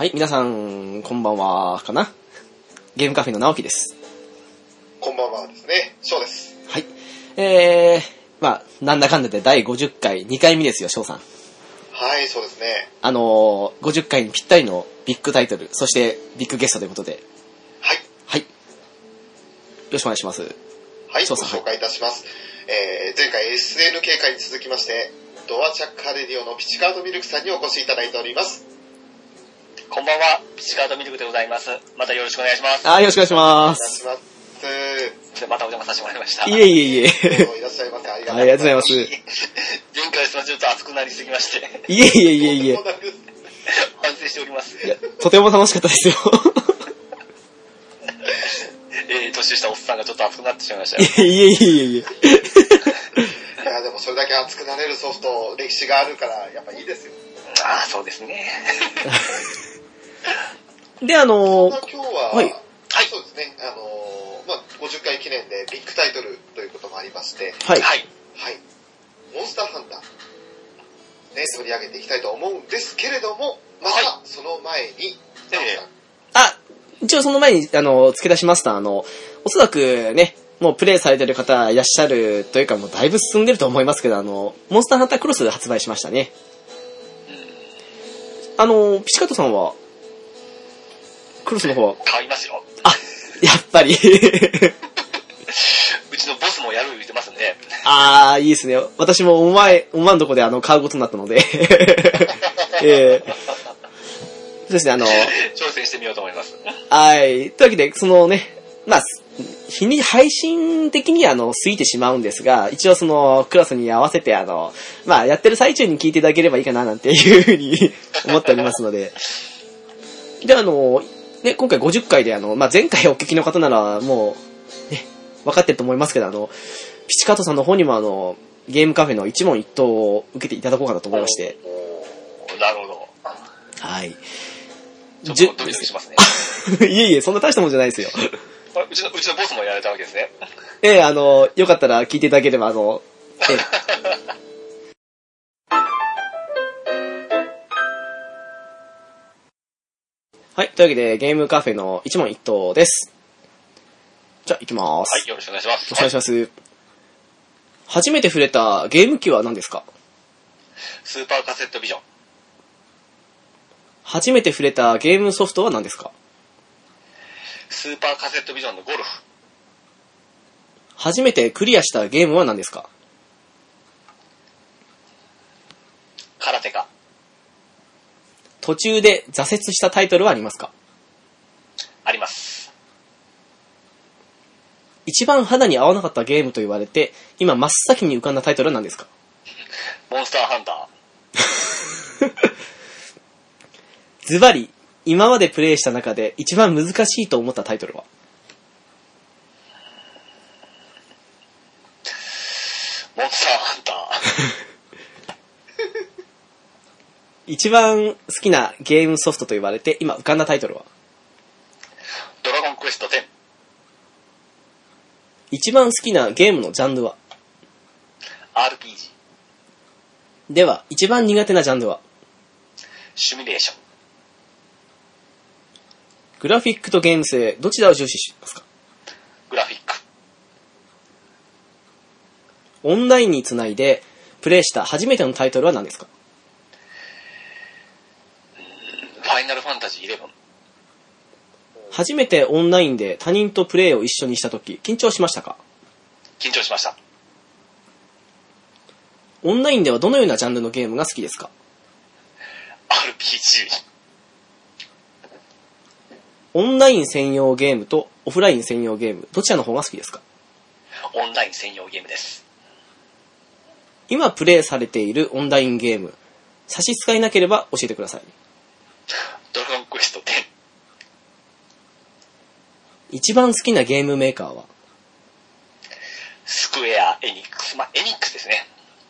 はい、皆さん、こんばんは、かな。ゲームカフェの直樹です。 こんばんはですね、翔です。 はい。なんだかんだで第50回、2回目ですよ、翔さん。 はい、そうですね。 50回にぴったりのビッグタイトル、そしてビッグゲストということで。 はい。 はい。よろしくお願いします。 はい、ご翔さん。 紹介いたします。前回 SNK 回に続きまして、ドアチャッカーレディオのピチカートミルクさんにお越しいただいております。 こんばんは、ピチカートミルクでございます。またよろしくお願いします。 よろしくお願いします。 お願いします。 またお邪魔させてもらいました。 いえいえいえ。 どうもいらっしゃいませ。ありがとうございます。 前回ちょっと熱くなりすぎまして。 いえいえいえいえ。 反省しております。 いや、とても楽しかったですよ。 年下おっさんがちょっと熱くなってしまいましたよ。 いえいえいえいえ。いや、でもそれだけ熱くなれるソフト、歴史があるから、やっぱいいですよ。 ああ、そうですね。 で、 今日は、 はい。 そうですね、50回記念でビッグタイトルということもありまして、 はい。 はい。モンスターハンター、ね、取り上げていきたいと思うんですけれども、また、その前に、 一応その前に、付け出しますと、おそらくね、もうプレイされてる方いらっしゃるというか、もうだいぶ進んでると思いますけど、モンスターハンタークロス発売しましたね。ピチカートさんは、クロスの方は買いますよ。 やっぱり。 うちのボスもやる言ってますんで。 いいですね。私も思わんとこで買うことになったので。そうですね、 挑戦してみようと思います。 はい。というわけで、そのね、日に配信的には過ぎてしまうんですが、一応そのクラスに合わせてやってる最中に聞いていただければいいかななんていうふうに思っておりますので。で、ね、今回50回で前回お聞きの方ならもう、ね、分かってると思いますけど、ピチカートさんの方にもゲームカフェの一問一答を受けていただこうかなと思いまして。 なるほど。 はい。 ちょっとドキドキしますいね。 えいえ、そんな大したもんじゃないですよ。 うちのボスもやられたわけですね。 よかったら聞いていただければ、はい、というわけで、ゲームカフェの一問一答です。じゃあ、行きまーす。 はい、よろしくお願いします。 よろしくお願いします。初めて触れたゲーム機は何ですか？ スーパーカセットビジョン。 初めて触れたゲームソフトは何ですか？ スーパーカセットビジョンのゴルフ。 初めてクリアしたゲームは何ですか？ 空手家。 途中で挫折したタイトルはありますか？ あります。 一番肌に合わなかったゲームと言われて、今真っ先に浮かんだタイトルは何ですか？ モンスターハンター。 ズバリ、今までプレイした中で一番難しいと思ったタイトルは？ モンスターハンター。 一番好きなゲームソフトと言われて今浮かんだタイトルは？ ドラゴンクエスト10。 一番好きなゲームのジャンルは？ RPG。 では、一番苦手なジャンルは？ シミュレーション。 グラフィックとゲーム性、どちらを重視しますか？ グラフィック。 オンラインにつないでプレイした初めてのタイトルは何ですか？ ファイナルファンタジー11。 初めてオンラインで他人とプレイを一緒にしたとき、緊張しましたか？ 緊張しました。 オンラインではどのようなジャンルのゲームが好きですか？ RPG。 オンライン専用ゲームとオフライン専用ゲーム、どちらの方が好きですか？ オンライン専用ゲームです。 今プレイされているオンラインゲーム、差し支えなければ教えてください。 ドラゴンクエスト10。 一番好きなゲームメーカーは？ スクエア・エニックス。エニックスですね。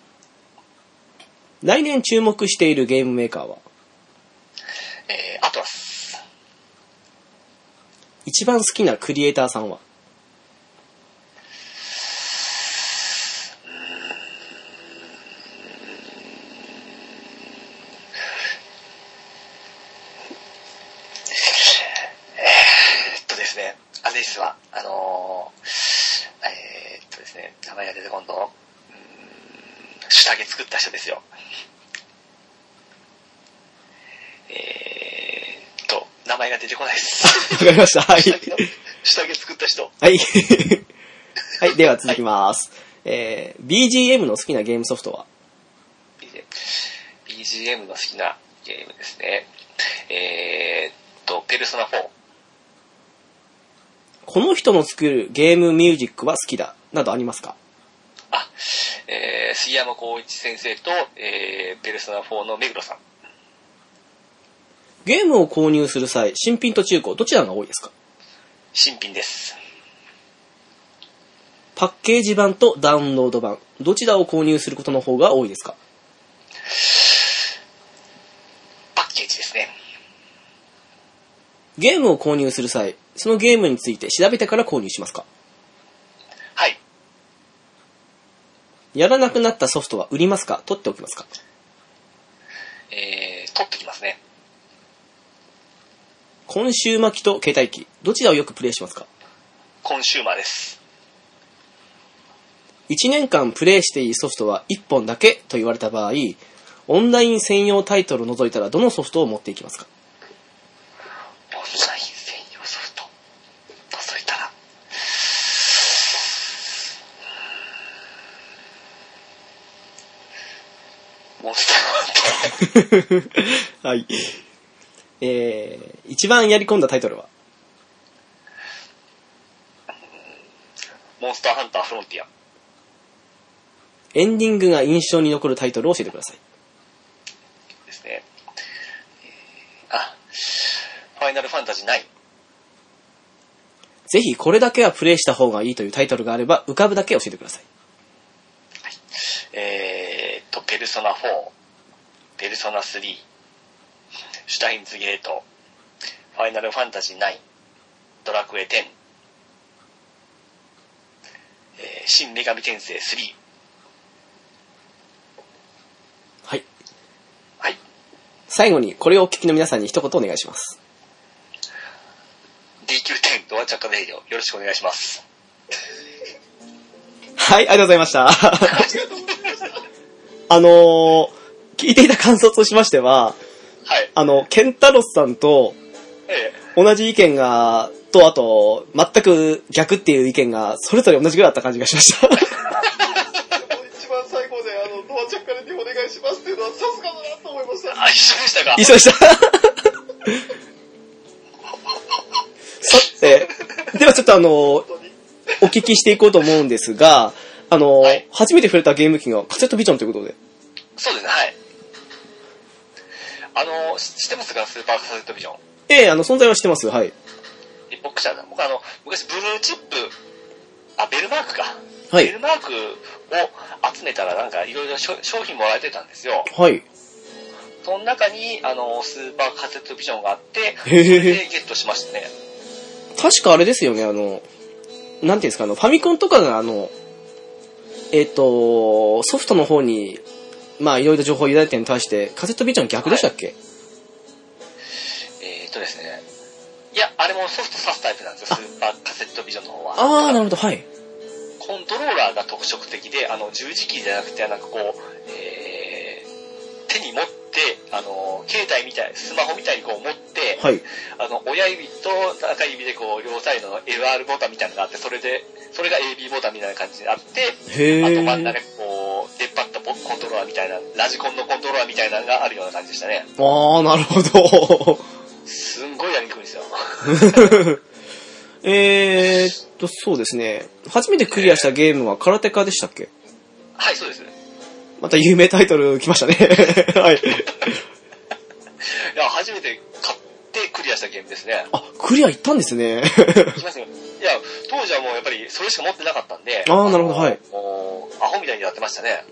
来年注目しているゲームメーカーは？ アトラス。 一番好きなクリエイターさんは？ った人ですよ。名前が出てこないです。 わかりました。はい。 下着作った人。 はい。はい、では続きます。BGM の好きなゲームソフトは？ BGM の好きなゲームですね。ペルソナ4。 この人の作るゲームミュージックは好きだなどありますか？ 杉山浩一先生と、ペルソナ4の目黒さん。 ゲームを購入する際、新品と中古、どちらが多いですか？ 新品です。 パッケージ版とダウンロード版、どちらを購入することの方が多いですか？ パッケージですね。 ゲームを購入する際、そのゲームについて調べてから購入しますか？ はい。 やらなくなったソフトは売りますか？取っておきますか？ 取ってきますね。 コンシューマ機と携帯機、どちらをよくプレイしますか？ コンシューマーです。 1年間プレイしていいソフトは1本だけと言われた場合、オンライン専用タイトルを除いたらどのソフトを持っていきますか？ オンライン専用ソフト除いたらモンスターハンター。 はい。一番やり込んだタイトルは？ モンスターハンターフロンティア。 エンディングが印象に残るタイトルを教えてください。 ですね。ファイナルファンタジー9。 ぜひこれだけはプレイした方がいいというタイトルがあれば浮かぶだけ教えてください。 はい、ペルソナ4、ペルソナ3、シュタインズゲート、ファイナルファンタジー9、ドラクエ10、新女神転生3。 はい。 はい。 最後にこれをお聞きの皆さんに一言お願いします。 DQ10 ドアチャッカレイディオ、よろしくお願いします。 はい、ありがとうございました。聞いていた感想としましては、 はい。 ケンタロスさんと同じ意見が、あと、全く逆っていう意見が、それぞれ同じぐらいだった感じがしました。 一番最後で、ドアチャッカレにお願いしますっていうのはさすがだなと思いました。 一緒でしたか？ 一緒でした。さて、ではちょっとお聞きしていこうと思うんですが、はい、初めて触れたゲーム機がカセットビジョンということで。 そうですね、はい。知ってますか？スーパーカセットビジョン。 存在は知ってます。はい。 僕昔ブルーチップ、ベルマークか。 はい。 ベルマークを集めたらなんかいろいろ商品もらえてたんですよ。 はい。 その中に、スーパーカセットビジョンがあって、 それでゲットしましたね。 確かあれですよね、なんていうんですか、ファミコンとかがソフトの方に、いろいろ情報を入れられてるに対して、カセットビジョン逆でしたっけ？はい、 ですね。いや、あれもソフト挿すタイプなんですよ、スーパーカセットビジョンの方は。 なるほど、はい。 コントローラーが特色的で、十字キーじゃなくて、手に持って、携帯みたい、スマホみたいにこう持って、 はい。 親指と中指でこう、両サイドの LR ボタンみたいなのがあって、それが AB ボタンみたいな感じであって、あと真ん中にこう、出っ張ったコントローラーみたいな、ラジコンのコントローラーみたいなのがあるような感じでしたね。 なるほど。 すんごいやりにくいんですよ。 そうですね。初めてクリアしたゲームは空手家でしたっけ？ はい、そうです。 また有名タイトル来ましたね。はい。いや、初めて買ってクリアしたゲームですね。 クリア行ったんですね。 来ますよ。いや、当時はもうやっぱりそれしか持ってなかったんで。 なるほど、はい。 アホみたいにやってましたね。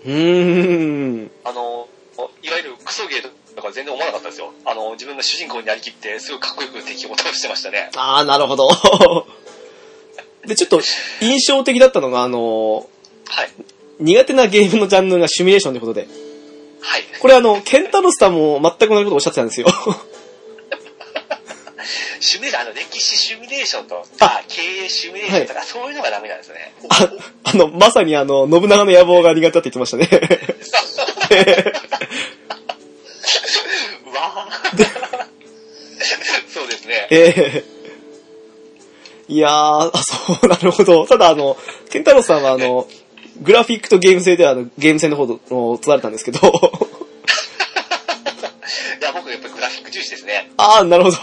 いわゆるクソゲーとか全然思わなかったですよ。自分が主人公になりきって、すごいかっこよく敵を倒してましたね。 なるほど。で、ちょっと印象的だったのが、はい。苦手なゲームのジャンルがシミュレーションということで。 はい。 これケンタロスさんも全く同じことをおっしゃってたんですよ。 歴史シミュレーションとか、経営シミュレーションとか、そういうのがダメなんですね。 まさに信長の野望が苦手だって言ってましたね。 うわぁ。そうですね。 いやー、そう、なるほど。ただケンタロウさんはグラフィックとゲーム性ではゲーム性の方を取られたんですけど。いや、僕やっぱりグラフィック重視ですね。 あー、なるほど。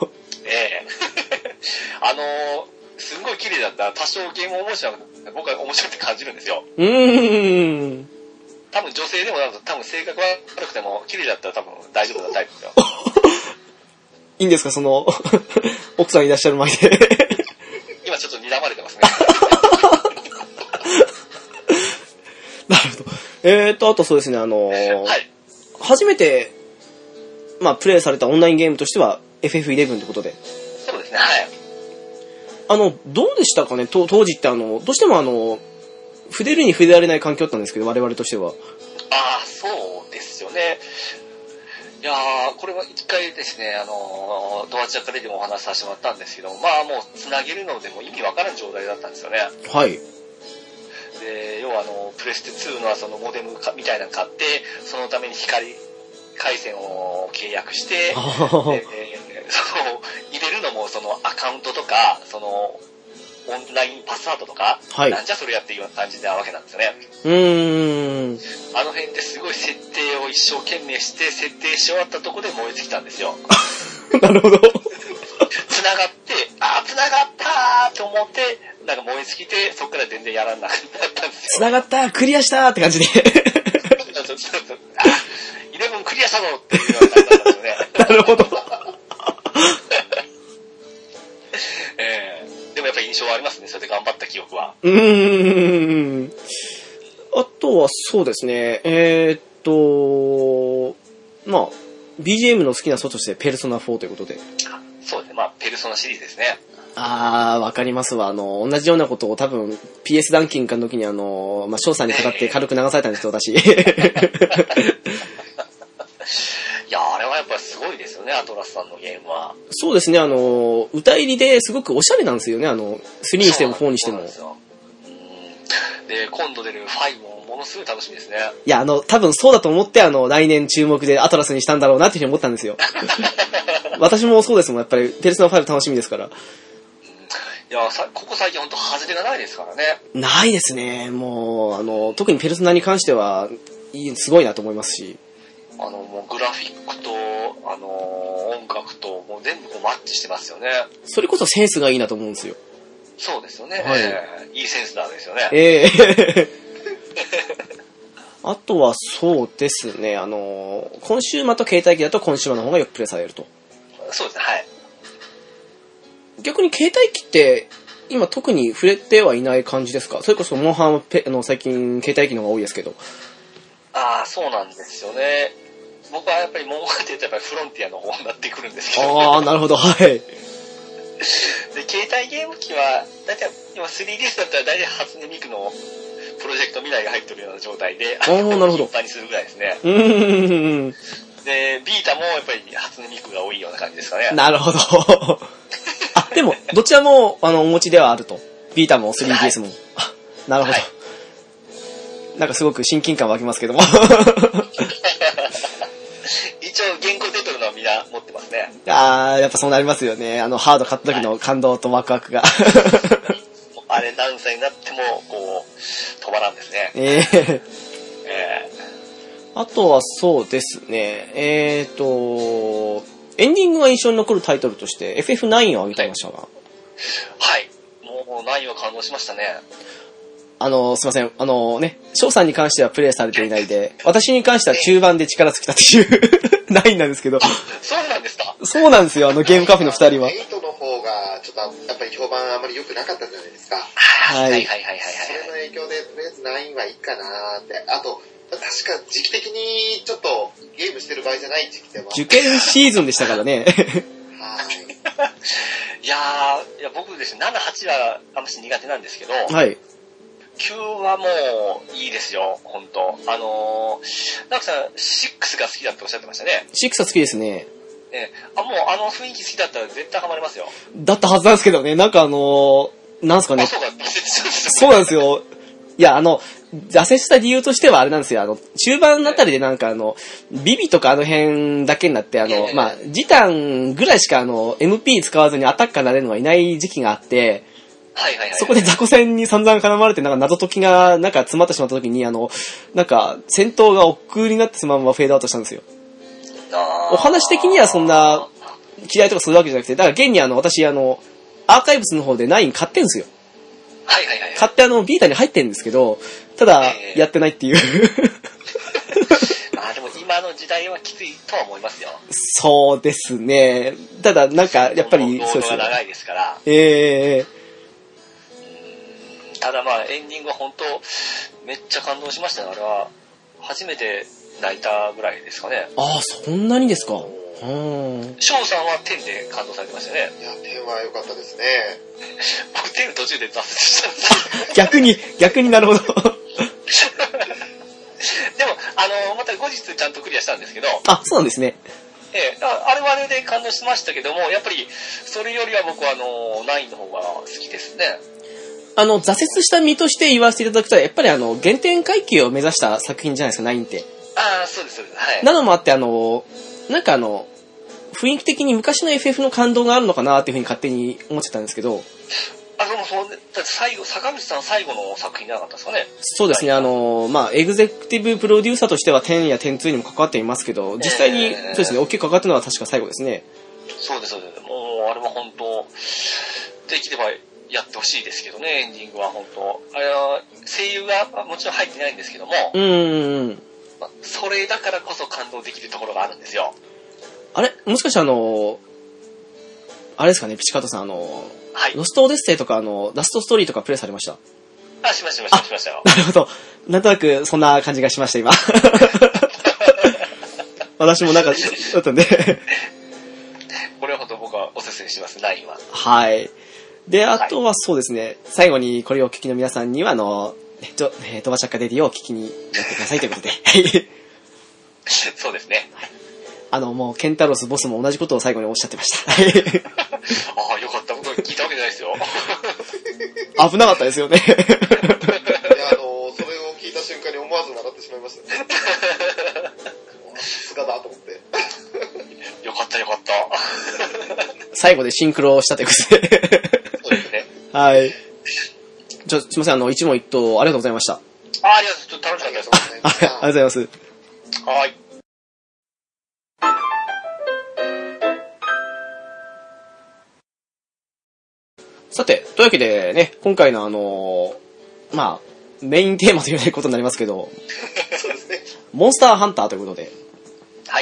すんごい綺麗だったら多少ゲーム面白い、僕は面白いって感じるんですよ。多分女性でも多分性格悪くても綺麗だったら多分大丈夫なタイプですよ。 いいんですか、奥さんいらっしゃる前で。 今ちょっと睨まれてますね。 なるほど。あとそうですね、 はい。 初めて、プレイされたオンラインゲームとしては FF11 ってことで。 そうですね、はい。 どうでしたかね、当時ってどうしても触れるに触れられない環境だったんですけど、我々としては。 ああ、そうですよね。いやー、これは一回ですね、ドアチャッカレでもお話しさせてもらったんですけど、もう繋げるのでも意味わからん状態だったんですよね。 はい。 で、要はプレステ2のそのモデムみたいなの買って、そのために光回線を契約して、入れるのもそのアカウントとか、オンラインパスワードとか、 はい、 なんじゃそれやっていうような感じなわけなんですよね。あの辺ですごい設定を一生懸命して設定し終わったところで燃え尽きたんですよ。 なるほど。 繋がって、繋がったーと思って、なんか燃え尽きて、そっから全然やらなくなったんですよ。 繋がったクリアしたーって感じで。 11クリアしたぞっていうような感じだったんですよね。 なるほど。 でもやっぱり印象はありますね、それで頑張った記憶は。 あとはそうですね、BGM の好きなソフトとしてペルソナ4ということで。 そうですね、ペルソナシリーズですね。 わかりますわ。同じようなことを多分 PS ランキングの時に翔さんにかかって軽く流されたんですよ、私。いや、あれはやっぱりすごいですよね、アトラスさんのゲームは。 そうですね、歌入りですごくおしゃれなんですよね、3にしても4にしても。 で、今度出る5もものすごい楽しみですね。 いや、多分そうだと思って、来年注目でアトラスにしたんだろうなっていうふうに思ったんですよ。私もそうですもん、やっぱり、ペルソナ5楽しみですから。 いや、ここ最近ほんと外れがないですからね。 ないですね。もう、特にペルソナに関しては、すごいなと思いますし。 もうグラフィックと、音楽と、もう全部マッチしてますよね。 それこそセンスがいいなと思うんですよ。 そうですよね。 はい。 いいセンスなんですよね。 あとはそうですね、コンシューマーと携帯機だとコンシューマーの方がよくプレイされると。 そうですね、はい。 逆に携帯機って、今特に触れてはいない感じですか？それこそモンハンは最近携帯機の方が多いですけど。 ああ、そうなんですよね。僕はやっぱりモンハンって言うとやっぱりフロンティアの方になってくるんですけど。 ああ、なるほど、はい。 で、携帯ゲーム機は、だいたい今 3DS だったら大体初音ミクのプロジェクト未来が入ってるような状態で、 なるほど。 頻繁にするぐらいですね。で、ビータもやっぱり初音ミクが多いような感じですかね。 なるほど。あ、でも、どちらも、お持ちではあると。ビータも 3DS も。はい、なるほど。はい、なんかすごく親近感湧きますけども。 一応、原稿出てるのはみんな持ってますね。 やっぱそうなりますよね。ハード買った時の感動とワクワクが。 あれ何歳になっても、こう、止まらんですね。 あとはそうですね、エンディングが印象に残るタイトルとして FF9 を挙げていましたが。 はい。もう9は感動しましたね。 すいません。翔さんに関してはプレイされていないで、私に関しては中盤で力尽きたっていう9なんですけど。 そうなんですか？ そうなんですよ、ゲームカフェの2人は。 8の方が、ちょっとやっぱり評判あまり良くなかったじゃないですか。 はい。 はい。 それの影響で、とりあえず9はいいかなーって。あと、確か時期的にちょっとゲームしてる場合じゃない時期でも。 受験シーズンでしたからね。 はい。 いや僕ですね、7、8はあんまし苦手なんですけど、 はい。 9はもういいですよ、ほんと。なんかさん、6が好きだっておっしゃってましたね。 6は好きですね。 もう雰囲気好きだったら絶対ハマりますよ。 だったはずなんですけどね、なんかなんすかね。 そうか、 そうなんですよ。 いや、挫折した理由としてはあれなんですよ。中盤あたりでなんかビビとかあの辺だけになって、まあ、ジタンぐらいしかMP 使わずにアタッカーになれるのがいない時期があって、 はいはいはい。 そこで雑魚戦に散々絡まれて、なんか謎解きが、なんか詰まってしまった時に、なんか、戦闘が億劫になってそのままフェードアウトしたんですよ。お話的にはそんな、嫌いとかするわけじゃなくて、だから現に私アーカイブスの方で9買ってんですよ。 はいはいはい。 買ってビータに入ってんですけど、ただ、やってないっていう。 まあでも今の時代はきついとは思いますよ。 そうですね。ただ、なんか、やっぱり、 そうですね。ロードが長いですから。ただまあエンディングは本当めっちゃ感動しましたね。あれは初めて泣いたぐらいですかね。 ああ、そんなにですか。 翔さんは10で感動されてましたね。 いや、10は良かったですね。 僕10途中で挫折したんです逆になるほど。でもまた後日ちゃんとクリアしたんですけど。 あ、そうなんですね。 あれはあれで感動しましたけども、やっぱりそれよりは僕は9の方が好きですね。 挫折した身として言わせていただくと、やっぱり原点回帰を目指した作品じゃないですか、9って。 ああ、そうです、そうです。はい。 なのもあって、なんか雰囲気的に昔の FF の感動があるのかなっていうふうに勝手に思ってたんですけど。 あ、でもだって最後、坂口さん最後の作品じゃなかったですかね。 そうですね、まあ、エグゼクティブプロデューサーとしては10や10-2にも関わっていますけど、実際に、そうですね、大きく関わってるのは確か最後ですね。 そうです、そうです。もう、あれは本当、できればやってほしいですけどね、エンディングは本当。あれは、声優がもちろん入ってないんですけども、まあ、それだからこそ感動できるところがあるんですよ。 あれもしかしてあれですかね、ピチカートさん、 はい、 ロストオデッセイとかラストストーリーとかプレイされました？ あ、しましたよ。 なるほど。なんとなくそんな感じがしました、今。私もなんか、だったんで。 これは本当僕はおすすめします、9は。 はい。で、あとはそうですね、最後にこれをお聞きの皆さんには、トバチャッカデディをお聞きになってくださいということで。 そうですね。 もう、ケンタロスボスも同じことを最後におっしゃってました。 ああ、よかった。僕聞いたわけじゃないですよ。 危なかったですよね。いや、 それを聞いた瞬間に思わず笑ってしまいましたね。さすがだと思って。 よかった。 最後でシンクロしたということで。 そうですね。 はい。すいません、一問一答ありがとうございました。 ありがとうございます。楽しかったです。 ありがとうございます。 はい。 さて、というわけでね、今回のまあ、メインテーマということになりますけど、 そうですね。 モンスターハンターということで。 はい。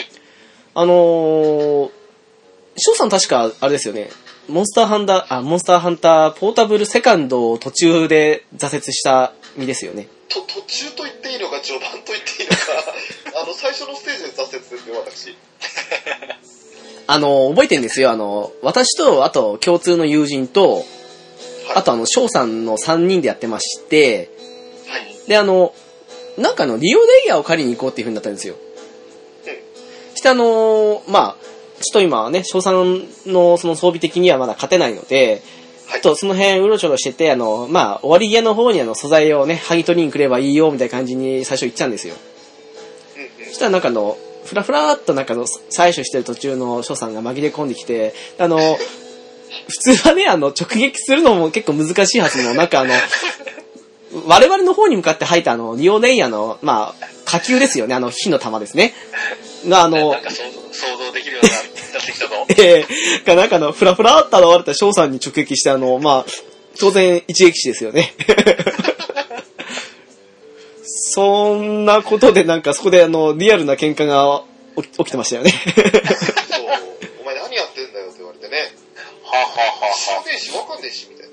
翔さん確か、あれですよね、モンスターハンターポータブルセカンドを途中で挫折した身ですよね。 途中と言っていいのか、序盤と言っていいのか、最初のステージで挫折ですよ、私。 覚えてるんですよ。私と、あと、共通の友人と、はい、あと翔さんの3人でやってまして、はい、で、なんかリオレイヤーを借りに行こうっていう風になったんですよ。して、まあ、ちょっと今はね、翔さんのその装備的にはまだ勝てないので、はい、とその辺うろちょろしてて、まあ、終わり際の方に素材をね、剥ぎ取りに来ればいいよ、みたいな感じに最初言ってたんですよ。そしたらなんかふらふらーっとなんか採取してる途中の翔さんが紛れ込んできて、普通はね、直撃するのも結構難しいはずの、なんか我々の方に向かって吐いたリオレイヤーの、まあ、火球ですよね、火の玉ですね。がなんか想像できるようになってきたぞ。 がなんかふらふらーっと現れた翔さんに直撃してまあ、当然一撃死ですよね。そんなことでなんかそこでリアルな喧嘩が起きてましたよね。そう、 お前何やってんだよって言われてね。 はあ、はあはあ、 知らねえしわかんねえしみたいな。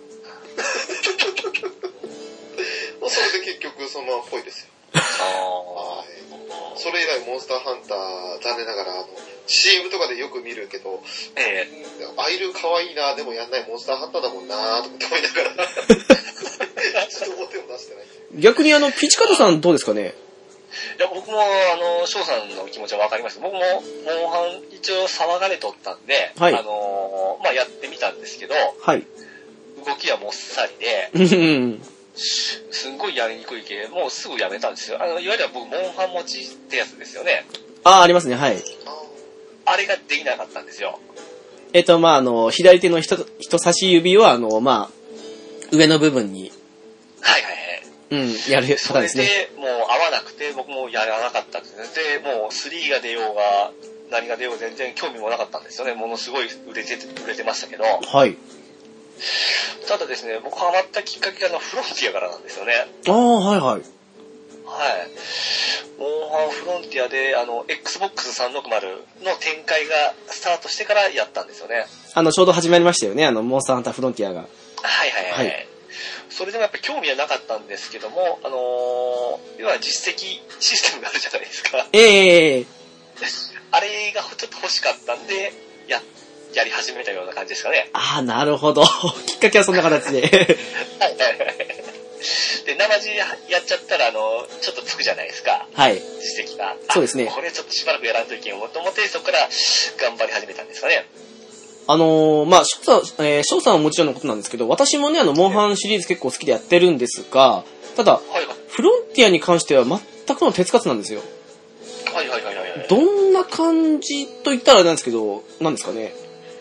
それで結局そのままぽいですよ。はい。それ以来モンスターハンター残念ながらCM とかでよく見るけど、アイル可愛いな、でもやんないモンスターハンターだもんなと思って思いながらちょっと手も出してない。 逆にピチカトさんどうですかね。 いや、僕も翔さんの気持ちは分かります。僕もモンハン一応騒がれとったんで、 はい、 まあやってみたんですけど、 はい、 動きはもっさりで、 すんごいやりにくい系、もうすぐやめたんですよ。いわゆる僕、モンハン持ちってやつですよね。 ありますね、はい。 あれができなかったんですよ。 まあ、左手の人差し指は、まあ、上の部分に。 はいはいはい。 うん、やる方ですね。 それで、もう合わなくて、僕もやらなかったんですね。で、もう3が出ようが、何が出ようが全然興味もなかったんですよね。ものすごい売れてましたけど。 はい。 ただですね、僕ハマったきっかけがフロンティアからなんですよね。 はいはい。 はい。モンハンフロンティアで、Xbox 360の展開がスタートしてからやったんですよね。 ちょうど始まりましたよね、モンスターハンターフロンティアが。 はいはいはい。はい、それでもやっぱり興味はなかったんですけども、要は実績システムがあるじゃないですか。あれがちょっと欲しかったんで、やり始めたような感じですかね。 なるほど。きっかけはそんな形で。 はいはいはい。で、生地やっちゃったら、ちょっとつくじゃないですか。 はい。 実績が。 そうですね。 これちょっとしばらくやらんといけんと思って、そこから頑張り始めたんですかね。 まあ、翔さんはもちろんのことなんですけど、私もね、モンハンシリーズ結構好きでやってるんですが、ただ、はいはい、フロンティアに関しては全くの手つかずなんですよ。 はいはいはいはい。 どんな感じと言ったらあれなんですけど、なんですかね。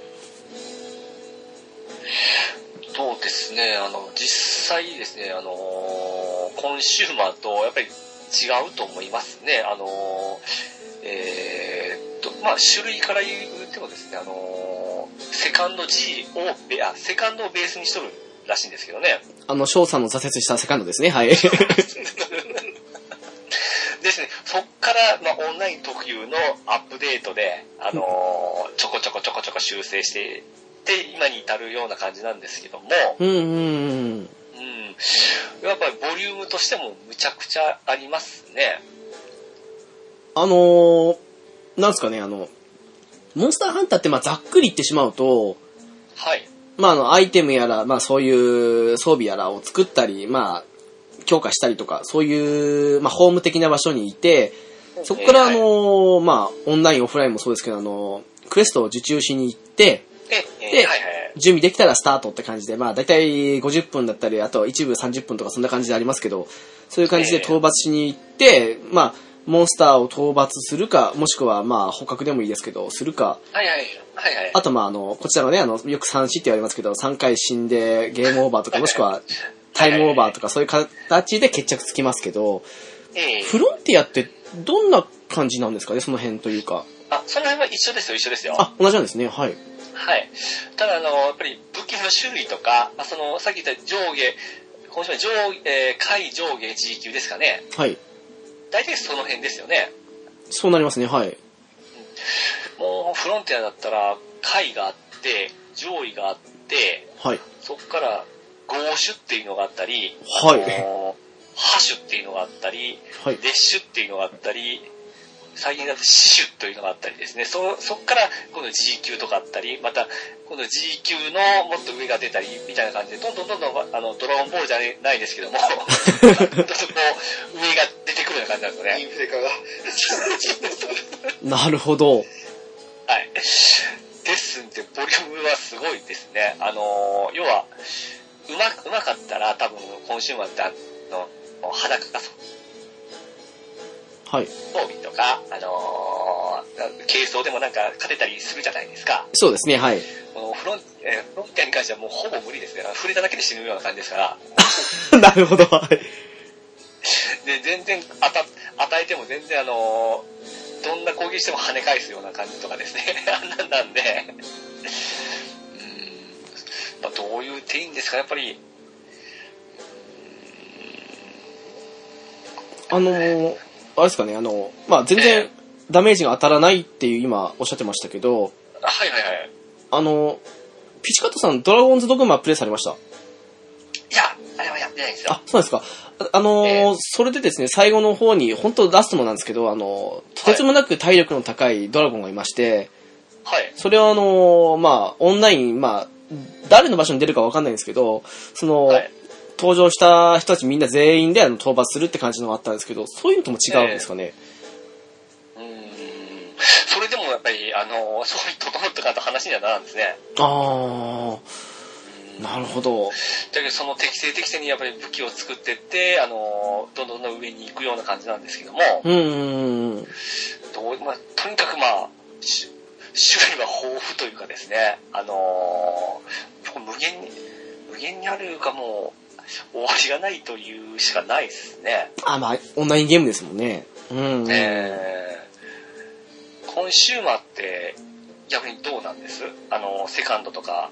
そうですね、実際ですね、コンシューマーとやっぱり違うと思いますね。まあ、種類から言ってもですね、セカンドをベースにしとるらしいんですけどね。 翔さんの挫折したセカンドですね、はい。 ですね、そっから、まあ、オンライン特有のアップデートで、ちょこちょこ修正してで今に至るような感じなんですけども、やっぱりボリュームとしてもむちゃくちゃありますね。 なんですかね、モンスターハンターってまあざっくり言ってしまうと、 はい。 まあアイテムやら、まあそういう装備やらを作ったり、まあ強化したりとか、そういう、まあホーム的な場所にいて、そこからまあオンラインオフラインもそうですけど、クエストを受注しに行って、で、準備できたらスタートって感じで、まあ大体50分だったり、あと一部30分とかそんな感じでありますけど、そういう感じで討伐しに行って、まあ、モンスターを討伐するか、もしくはまあ捕獲でもいいですけど、するか。あとまあこちらのね、よく3死って言われますけど、3回死んでゲームオーバーとか、もしくはタイムオーバーとかそういう形で決着つきますけど、フロンティアってどんな感じなんですかね、その辺というか。 その辺は一緒ですよ。 同じなんですね、はい。 はい。ただやっぱり武器の種類とか、まあ、さっき言った今週は下上下 G 級ですかね。 はい。 大体その辺ですよね。 そうなりますね、はい。 もうフロンティアだったら、下位があって、上位があって、 はい。 そこから豪種っていうのがあったり、 はい。 ハ種っていうのがあったり、 はい、 レッシュっていうのがあったり、最近だと死種というのがあったりですね。そっから今度 G 級とかあったり、また今度 G 級のもっと上が出たりみたいな感じで、どんどんドラゴンボールじゃないですけども、どんどんこう上が出てくるような感じなんですよね。 インフレ化が。 なるほど。 はい。ですんで、ボリュームはすごいですね。要は、うまかったら多分コンシューマーって裸がはい。 装備とか、軽装でもなんか勝てたりするじゃないですか。 そうですね、はい。 フロンティアに関してはもうほぼ無理ですから、触れただけで死ぬような感じですから。 なるほど、はい。 で、全然与えても全然どんな攻撃しても跳ね返すような感じとかですね。なんで、まあ、どういう手いいんですか、やっぱり。 あれですかね、まあ、全然ダメージが当たらないっていう今おっしゃってましたけど、 はいはいはい。 ピチカットさん、ドラゴンズドグマプレイされました？ いや、あれはやってないんですよ。 そうですか。それでですね、最後の方に、本当ラストもなんですけど、とてつもなく体力の高いドラゴンがいまして、 はい。 それはまあ、オンライン、まあ、誰の場所に出るかわかんないんですけど、はい、登場した人たちみんな全員で討伐するって感じのがあったんですけど、そういうのとも違うんですかね。 それでもやっぱり、そういう整ったかと話にはならんですね。 なるほど。 だけどその適正にやっぱり武器を作ってって、どんどん上に行くような感じなんですけども、とにかくまあ、種類は豊富というかですね、無限にあるかもう終わりがないというしかないですね。 まあ、オンラインゲームですもんね。 コンシューマーって逆にどうなんです？セカンドとか。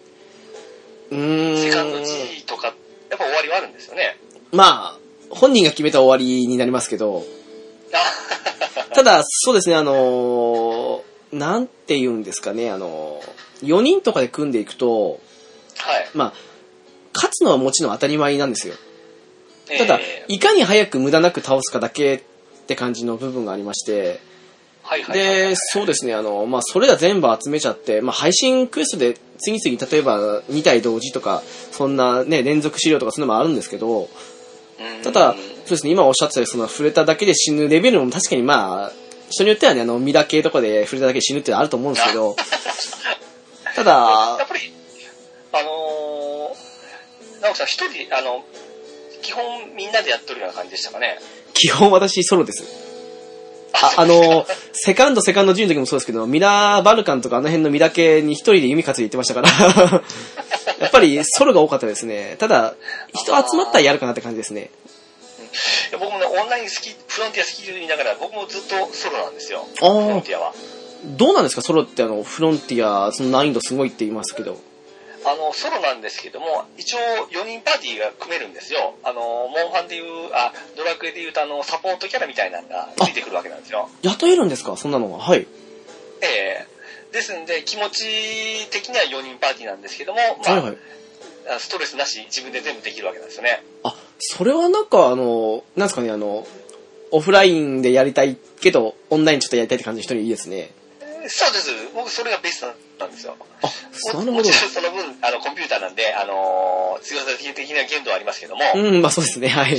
セカンド G とか、やっぱ終わりはあるんですよね。 まあ、本人が決めた終わりになりますけど、ただ、そうですね、なんて言うんですかね、4人とかで組んでいくと、 はい。 まあ、勝つのはもちろん当たり前なんですよ。ただ、いかに早く無駄なく倒すかだけって感じの部分がありまして、で、そうですね、まあ、それら全部集めちゃって、まあ、配信クエストで次々、例えば2体同時とか、そんなね、連続資料とかそういうのもあるんですけど、ただ、そうですね、今おっしゃってたように、その触れただけで死ぬレベルも確かにまあ、人によってはね、ミラ系とかで触れただけで死ぬってのはあると思うんですけど、ただ、 やっぱり、直樹さん一人、基本みんなでやっとるような感じでしたかね。 基本私ソロです。セカンド G の時もそうですけど、ミラーバルカンとかあの辺のミラ系に一人で弓担いで行ってましたから、やっぱりソロが多かったですね。ただ、人集まったらやるかなって感じですね。 僕もね、オンラインフロンティア好きで言いながら、僕もずっとソロなんですよ。フロンティアは。 どうなんですか、ソロってフロンティア、その難易度すごいって言いますけど。 ソロなんですけども、一応4人パーティーが組めるんですよ。モンハンでいう、ドラクエでいうとサポートキャラみたいなのがついてくるわけなんですよ。 雇えるんですか、そんなのは。はい。 ですんで、気持ち的には4人パーティーなんですけども、まあ、はいはい、ストレスなし自分で全部できるわけなんですよね。 それはなんかなんですかね、オフラインでやりたいけど、オンラインちょっとやりたいって感じの人にいいですね。 そうです。僕、それがベストなんですよ。 なるほど。 もちろんその分、コンピューターなんで、強さ的な限度はありますけども。 まあそうですね、はい。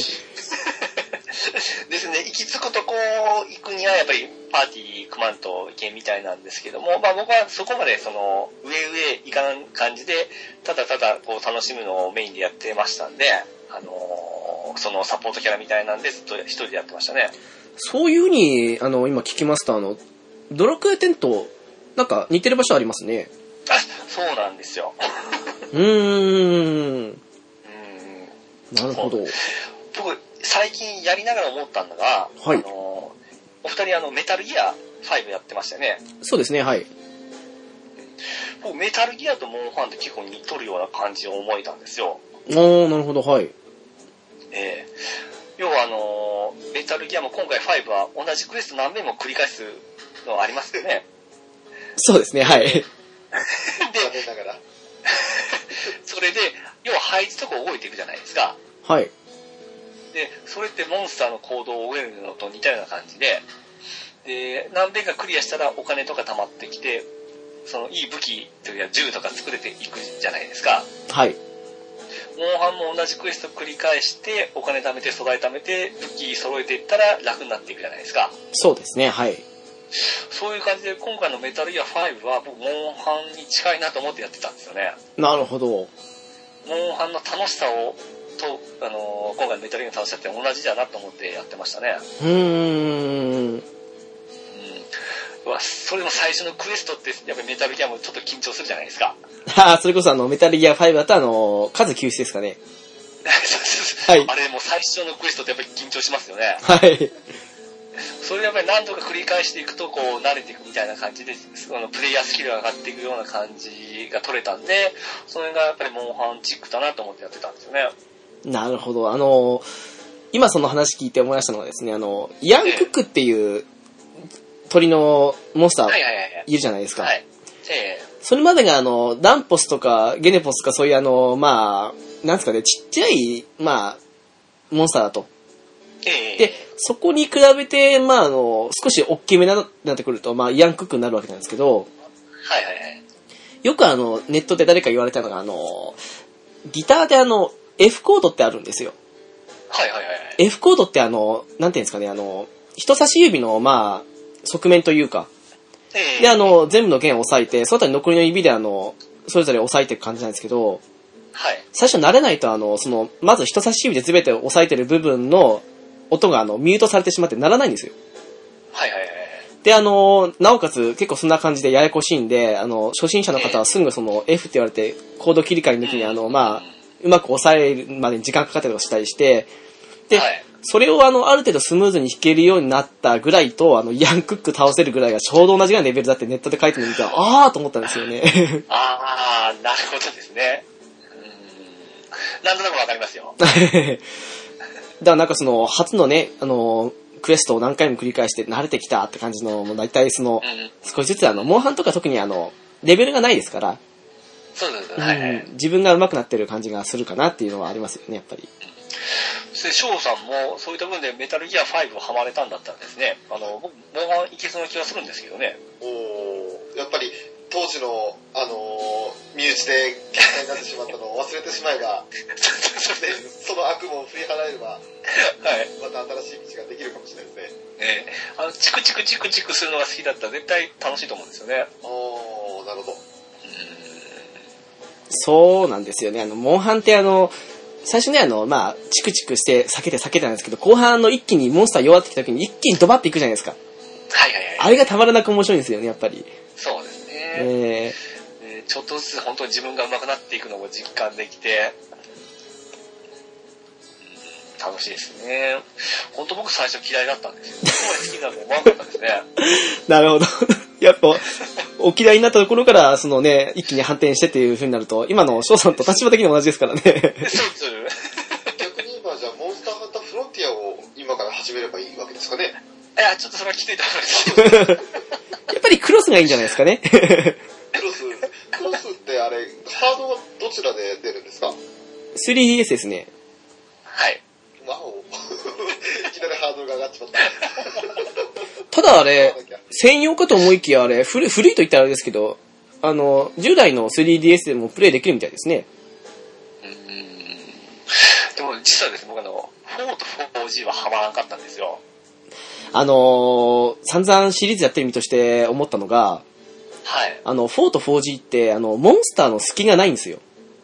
ですね、行き着くとこ行くには、やっぱりパーティー組まんといけんみたいなんですけども、まあ僕はそこまで上行かん感じで、ただこう楽しむのをメインでやってましたんで、そのサポートキャラみたいなんで、ずっと一人でやってましたね。 そういう風に、今聞きますと、ドラクエ10と、なんか似てる場所ありますね。 そうなんですよ。 なるほど。 僕、最近やりながら思ったんだが、 はい。 お二人メタルギア5やってましたよね。 そうですね、はい。 僕、メタルギアとモンハンって結構似とるような感じを思えたんですよ。 なるほど、はい。 要はメタルギアも今回5は同じクエスト何遍も繰り返すのありますよね。 そうですね、はい。 で、それで、要は配置とか覚えていくじゃないですか。 はい。 で、それってモンスターの行動を覚えるのと似たような感じで、で、何遍かクリアしたらお金とか貯まってきて、そのいい武器というか銃とか作れていくじゃないですか。 はい。 モンハンも同じクエスト繰り返して、お金貯めて、素材貯めて、武器揃えていったら楽になっていくじゃないですか。 そうですね、はい。 そういう感じで、今回のメタルギア5は、僕、モンハンに近いなと思ってやってたんですよね。 なるほど。 モンハンの楽しさを、今回のメタルギアの楽しさって同じだなと思ってやってましたね。それも最初のクエストって、やっぱりメタルギアもちょっと緊張するじゃないですか。 それこそメタルギア5だと数救出ですかね。 はい。あれもう最初のクエストってやっぱり緊張しますよね。 はい。 それでやっぱり何度か繰り返していくと、こう慣れていくみたいな感じで、プレイヤースキルが上がっていくような感じが取れたんで、それがやっぱりモンハンチックだなと思ってやってたんですよね。 なるほど。今その話聞いて思い出したのはですね、イアンクックっていう鳥のモンスターいるじゃないですか。はい。それまでがダンポスとかゲネポスとかそういうまあ、なんですかね、ちっちゃい、まあ、モンスターだと。で、そこに比べて、まあ少し大きめになってくると、まあ、イアンクックになるわけなんですけど、 はいはいはい。 よくネットで誰か言われたのが、ギターでF コードってあるんですよ。 はいはいはい。 F コードってなんていうんですかね、人差し指の、まあ、側面というか、で、全部の弦を押さえて、その他に残りの指でそれぞれ押さえていく感じなんですけど、 最初慣れないとまず人差し指で全て押さえてる部分の音がミュートされてしまって鳴らないんですよ。 はいはいはい。 で、なおかつ結構そんな感じでややこしいんで、初心者の方はすぐF って言われてコード切り替えの時にうまく押さえるまでに時間かかったりとかしたりして、で、それをある程度スムーズに弾けるようになったぐらいと、ヤンクック倒せるぐらいがちょうど同じぐらいのレベルだってネットで書いてるの見て、あーと思ったんですよね。 あー、なるほどですね。なんとなくわかりますよ。 だからなんか初のね、クエストを何回も繰り返して慣れてきたって感じの、もう大体少しずつモンハンとか特にレベルがないですから、 そうですね、はいはい。 自分が上手くなってる感じがするかなっていうのはありますよね、やっぱり。 で、翔さんもそういった分でメタルギア5をハマれたんだったらですね、僕、モンハンいけそうな気がするんですけどね。 やっぱり、当時の、身内で喧嘩になってしまったのを忘れてしまえば、その悪夢を振り払えれば、はい、また新しい道ができるかもしれないですね。 チクチクチクチクするのが好きだったら絶対楽しいと思うんですよね。 なるほど。 そうなんですよね。モンハンって最初ね、チクチクして避けてなんですけど、後半一気にモンスター弱ってきた時に一気にドバっていくじゃないですか。 はいはいはい。 あれがたまらなく面白いんですよね、やっぱり。 そうですね。ちょっとずつ本当に自分が上手くなっていくのを実感できて、楽しいですね。本当僕最初嫌いだったんですよ。ここまで好きになると思わなかったですね。 なるほど。やっぱ、お嫌いになったところから、一気に反転してっていう風になると、今の翔さんと立場的に同じですからね。 そうです。 逆に今じゃあ、モンスターハンターフロンティアを今から始めればいいわけですかね。 いや、ちょっとそれはきついと思います。 やっぱりクロスがいいんじゃないですかね。クロスってあれ、ハードはどちらで出るんですか？ 3DS ですね。 はい。 わお。いきなりハードルが上がっちまった。 ただあれ、専用かと思いきやあれ、古いと言ったらあれですけど、従来の 3DS でもプレイできるみたいですね。 でも実はですね、僕4と 4G はハマらなかったんですよ。 散々シリーズやってる身として思ったのが、 はい。 4と 4G って、モンスターの隙がないんですよ。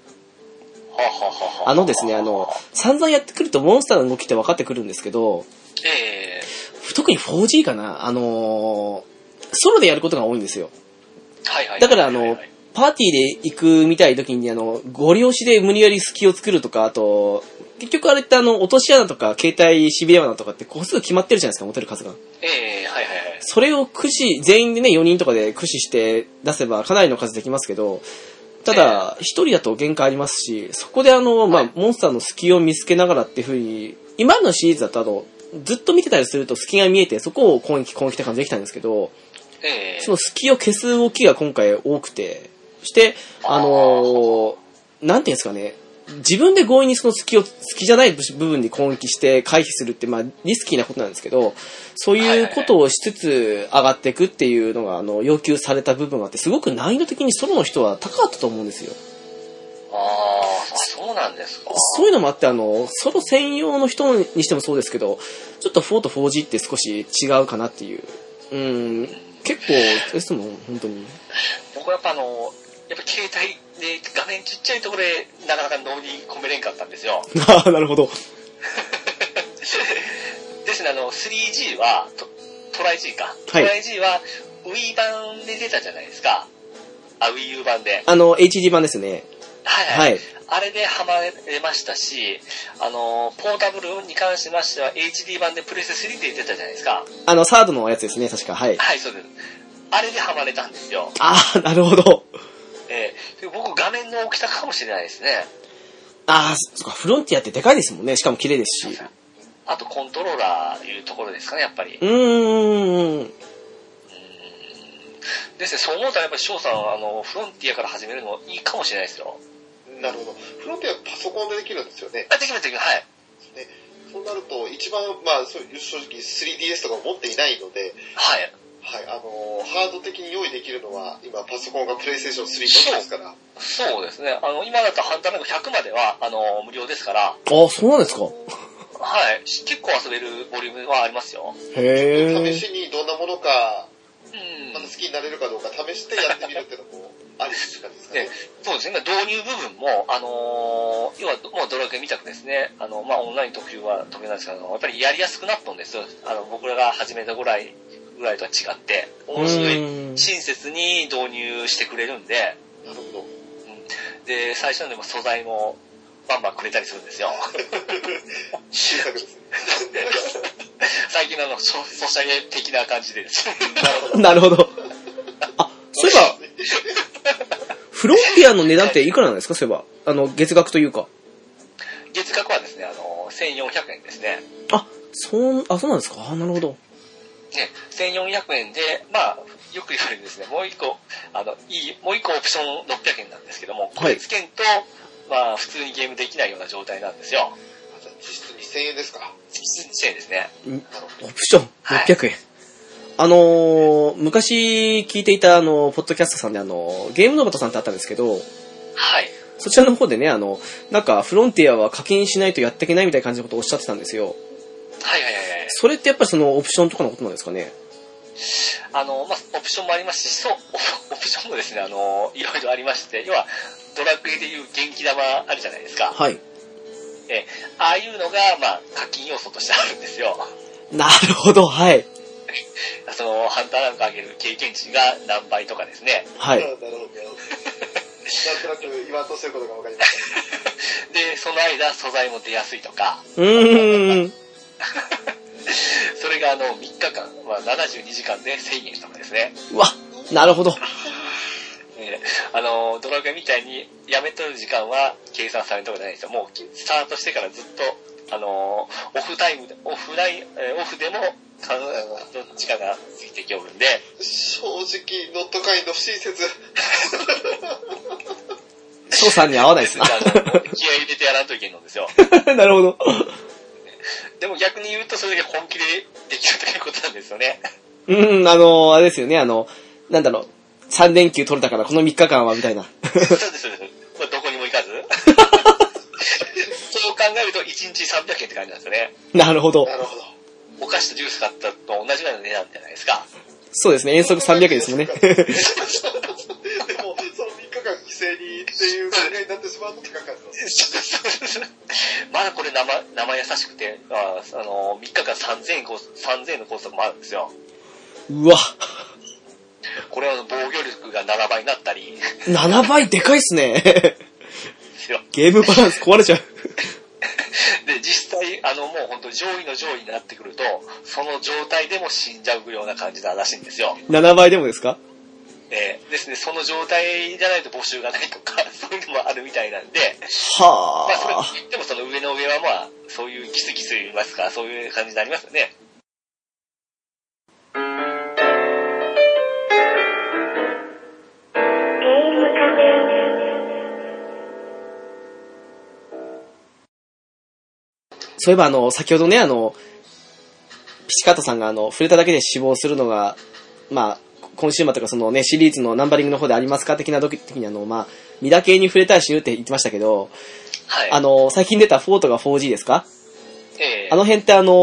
ですね、散々やってくるとモンスターの動きって分かってくるんですけど、特に 4G かな、ソロでやることが多いんですよ。 はいはい。 だからパーティーで行くみたい時にゴリ押しで無理やり隙を作るとか、あと、結局あれって落とし穴とか携帯しびれ穴とかって個数決まってるじゃないですか、持てる数が。 はいはいはい。 それを全員でね、4人とかで駆使して出せばかなりの数できますけど、ただ、一人だと限界ありますし、そこでモンスターの隙を見つけながらっていう風に、今のシリーズだとずっと見てたりすると隙が見えて、そこを攻撃って感じできたんですけど、その隙を消す動きが今回多くて、そして、なんていうんですかね、自分で強引にその隙じゃない部分に攻撃して回避するって、リスキーなことなんですけど、そういうことをしつつ上がっていくっていうのが、要求された部分があって、すごく難易度的にソロの人は高かったと思うんですよ。 そうなんですか。 そういうのもあって、ソロ専用の人にしてもそうですけど、ちょっと4と 4G って少し違うかなっていう。結構ですもん、本当に。 僕はやっぱ携帯で画面ちっちゃいところでなかなか脳に込めれんかったんですよ。 ああ、なるほど。 ですね、3G は、トライ G か。 はい、 トライ G は Wii 版で出たじゃないですか。Wii U 版で。 HD 版ですね。 はい。あれでハマれましたし、ポータブルに関しましては HD 版でプレステ3で出たじゃないですか。 サードのやつですね、確か。はい。 はい、そうです。あれでハマれたんですよ。 ああ、なるほど。 僕画面の大きさかもしれないですね。 そうか、フロンティアってでかいですもんね。しかも綺麗ですし。 あとコントローラーいうところですかね、やっぱり。ですね、そう思うとやっぱり翔さんフロンティアから始めるのいいかもしれないですよ。 なるほど。フロンティアパソコンでできるんですよね。 できます、はい。 ね、そうなると一番正直 3DS とか持っていないので、 はい。 はい、ハード的に用意できるのは、今パソコンがプレイステーション3のみですから。 そうですね。今だとハンターランク100までは、無料ですから。 あ、そうなんですか。 はい。結構遊べるボリュームはありますよ。 へー。試しにどんなものか、また好きになれるかどうか試してやってみるっていうのもありって感じですかね。 そうですね、導入部分も、要はもうドラクエみたくですね、まあオンライン特有は特有なんですけど、やっぱりやりやすくなったんですよ。僕らが始めたぐらいとは違って、面白い、親切に導入してくれるんで、 なるほど。 で、最初のでも素材もバンバンくれたりするんですよ。 新作ですね。 最近のソシャゲ的な感じでですね。 なるほど。あ、そういえば、フロンティアの値段っていくらなんですか、そういえば。月額というか。 月額はですね、1400円ですね。 そうなんですか。なるほど。 ね、1400円で、まあ、よく言われるですね、もう一個オプション600円なんですけども、これつけんと、まあ、普通にゲームできないような状態なんですよ。 実質2000円ですか。 実質2000円ですね。 オプション600円。昔聞いていたポッドキャストさんでゲームノバトさんってあったんですけど、 はい。 そちらの方でね、なんかフロンティアは課金しないとやっていけないみたいな感じのことをおっしゃってたんですよ。 はい。 それってやっぱりそのオプションとかのことなんですかね。 まあ、オプションもありますし、オプションもですね、いろいろありまして、要は、ドラクエでいう元気玉あるじゃないですか。 はい。 ああいうのが、まあ、課金要素としてあるんですよ。 なるほど、はい。 ハンターランク上げる経験値が何倍とかですね。 はい。 なるほど。なんとなく言わんとしてることが分かりました。 で、その間、素材も出やすいとか。それが3日間、まあ、72時間で1000円とかですね。 うわ、なるほど。 ドラクエみたいにやめとる時間は計算されるとこじゃないんですよ。もうスタートしてからずっと、オフでも、時間が過ぎてきおるんで。 正直、ノットカインド不親切。 翔さんに合わないですね。 気合い入れてやらんといけんのですよ。 なるほど。 でも逆に言うとそれで本気でできるということなんですよね。 あれですよね、なんだろう、3連休取れたからこの3日間はみたいな。 そうです。どこにも行かず。そう考えると1日300円って感じなんですよね。 なるほど。 お菓子とジュース買ったと同じぐらいの値段じゃないですか。 そうですね、遠足300円ですもんね。 でも、その3日間犠牲にっていう考えになってしまうと高かった。 まだこれ生優しくて、3日間3000円のコースとかもあるんですよ。 うわ。 これは防御力が7倍になったり。 7倍でかいっすね。ゲームバランス壊れちゃう。 で、実際、もう本当上位の上位になってくると、その状態でも死んじゃうような感じならしいんですよ。 7倍でもですか？ ですね、その状態じゃないと募集がないとか、そういうのもあるみたいなんで、 はぁ。 まあ、でもその上の上はまあ、そういうギスギス言いますか、そういう感じになりますよね。 そういえば先ほどね、ピチカートさんが触れただけで死亡するのが、まあ、今週末とかそのね、シリーズのナンバリングの方でありますか的な時にまあ、ミダ系に触れたら死ぬって言ってましたけど、 はい。 最近出た4とか 4G ですか？あの辺って発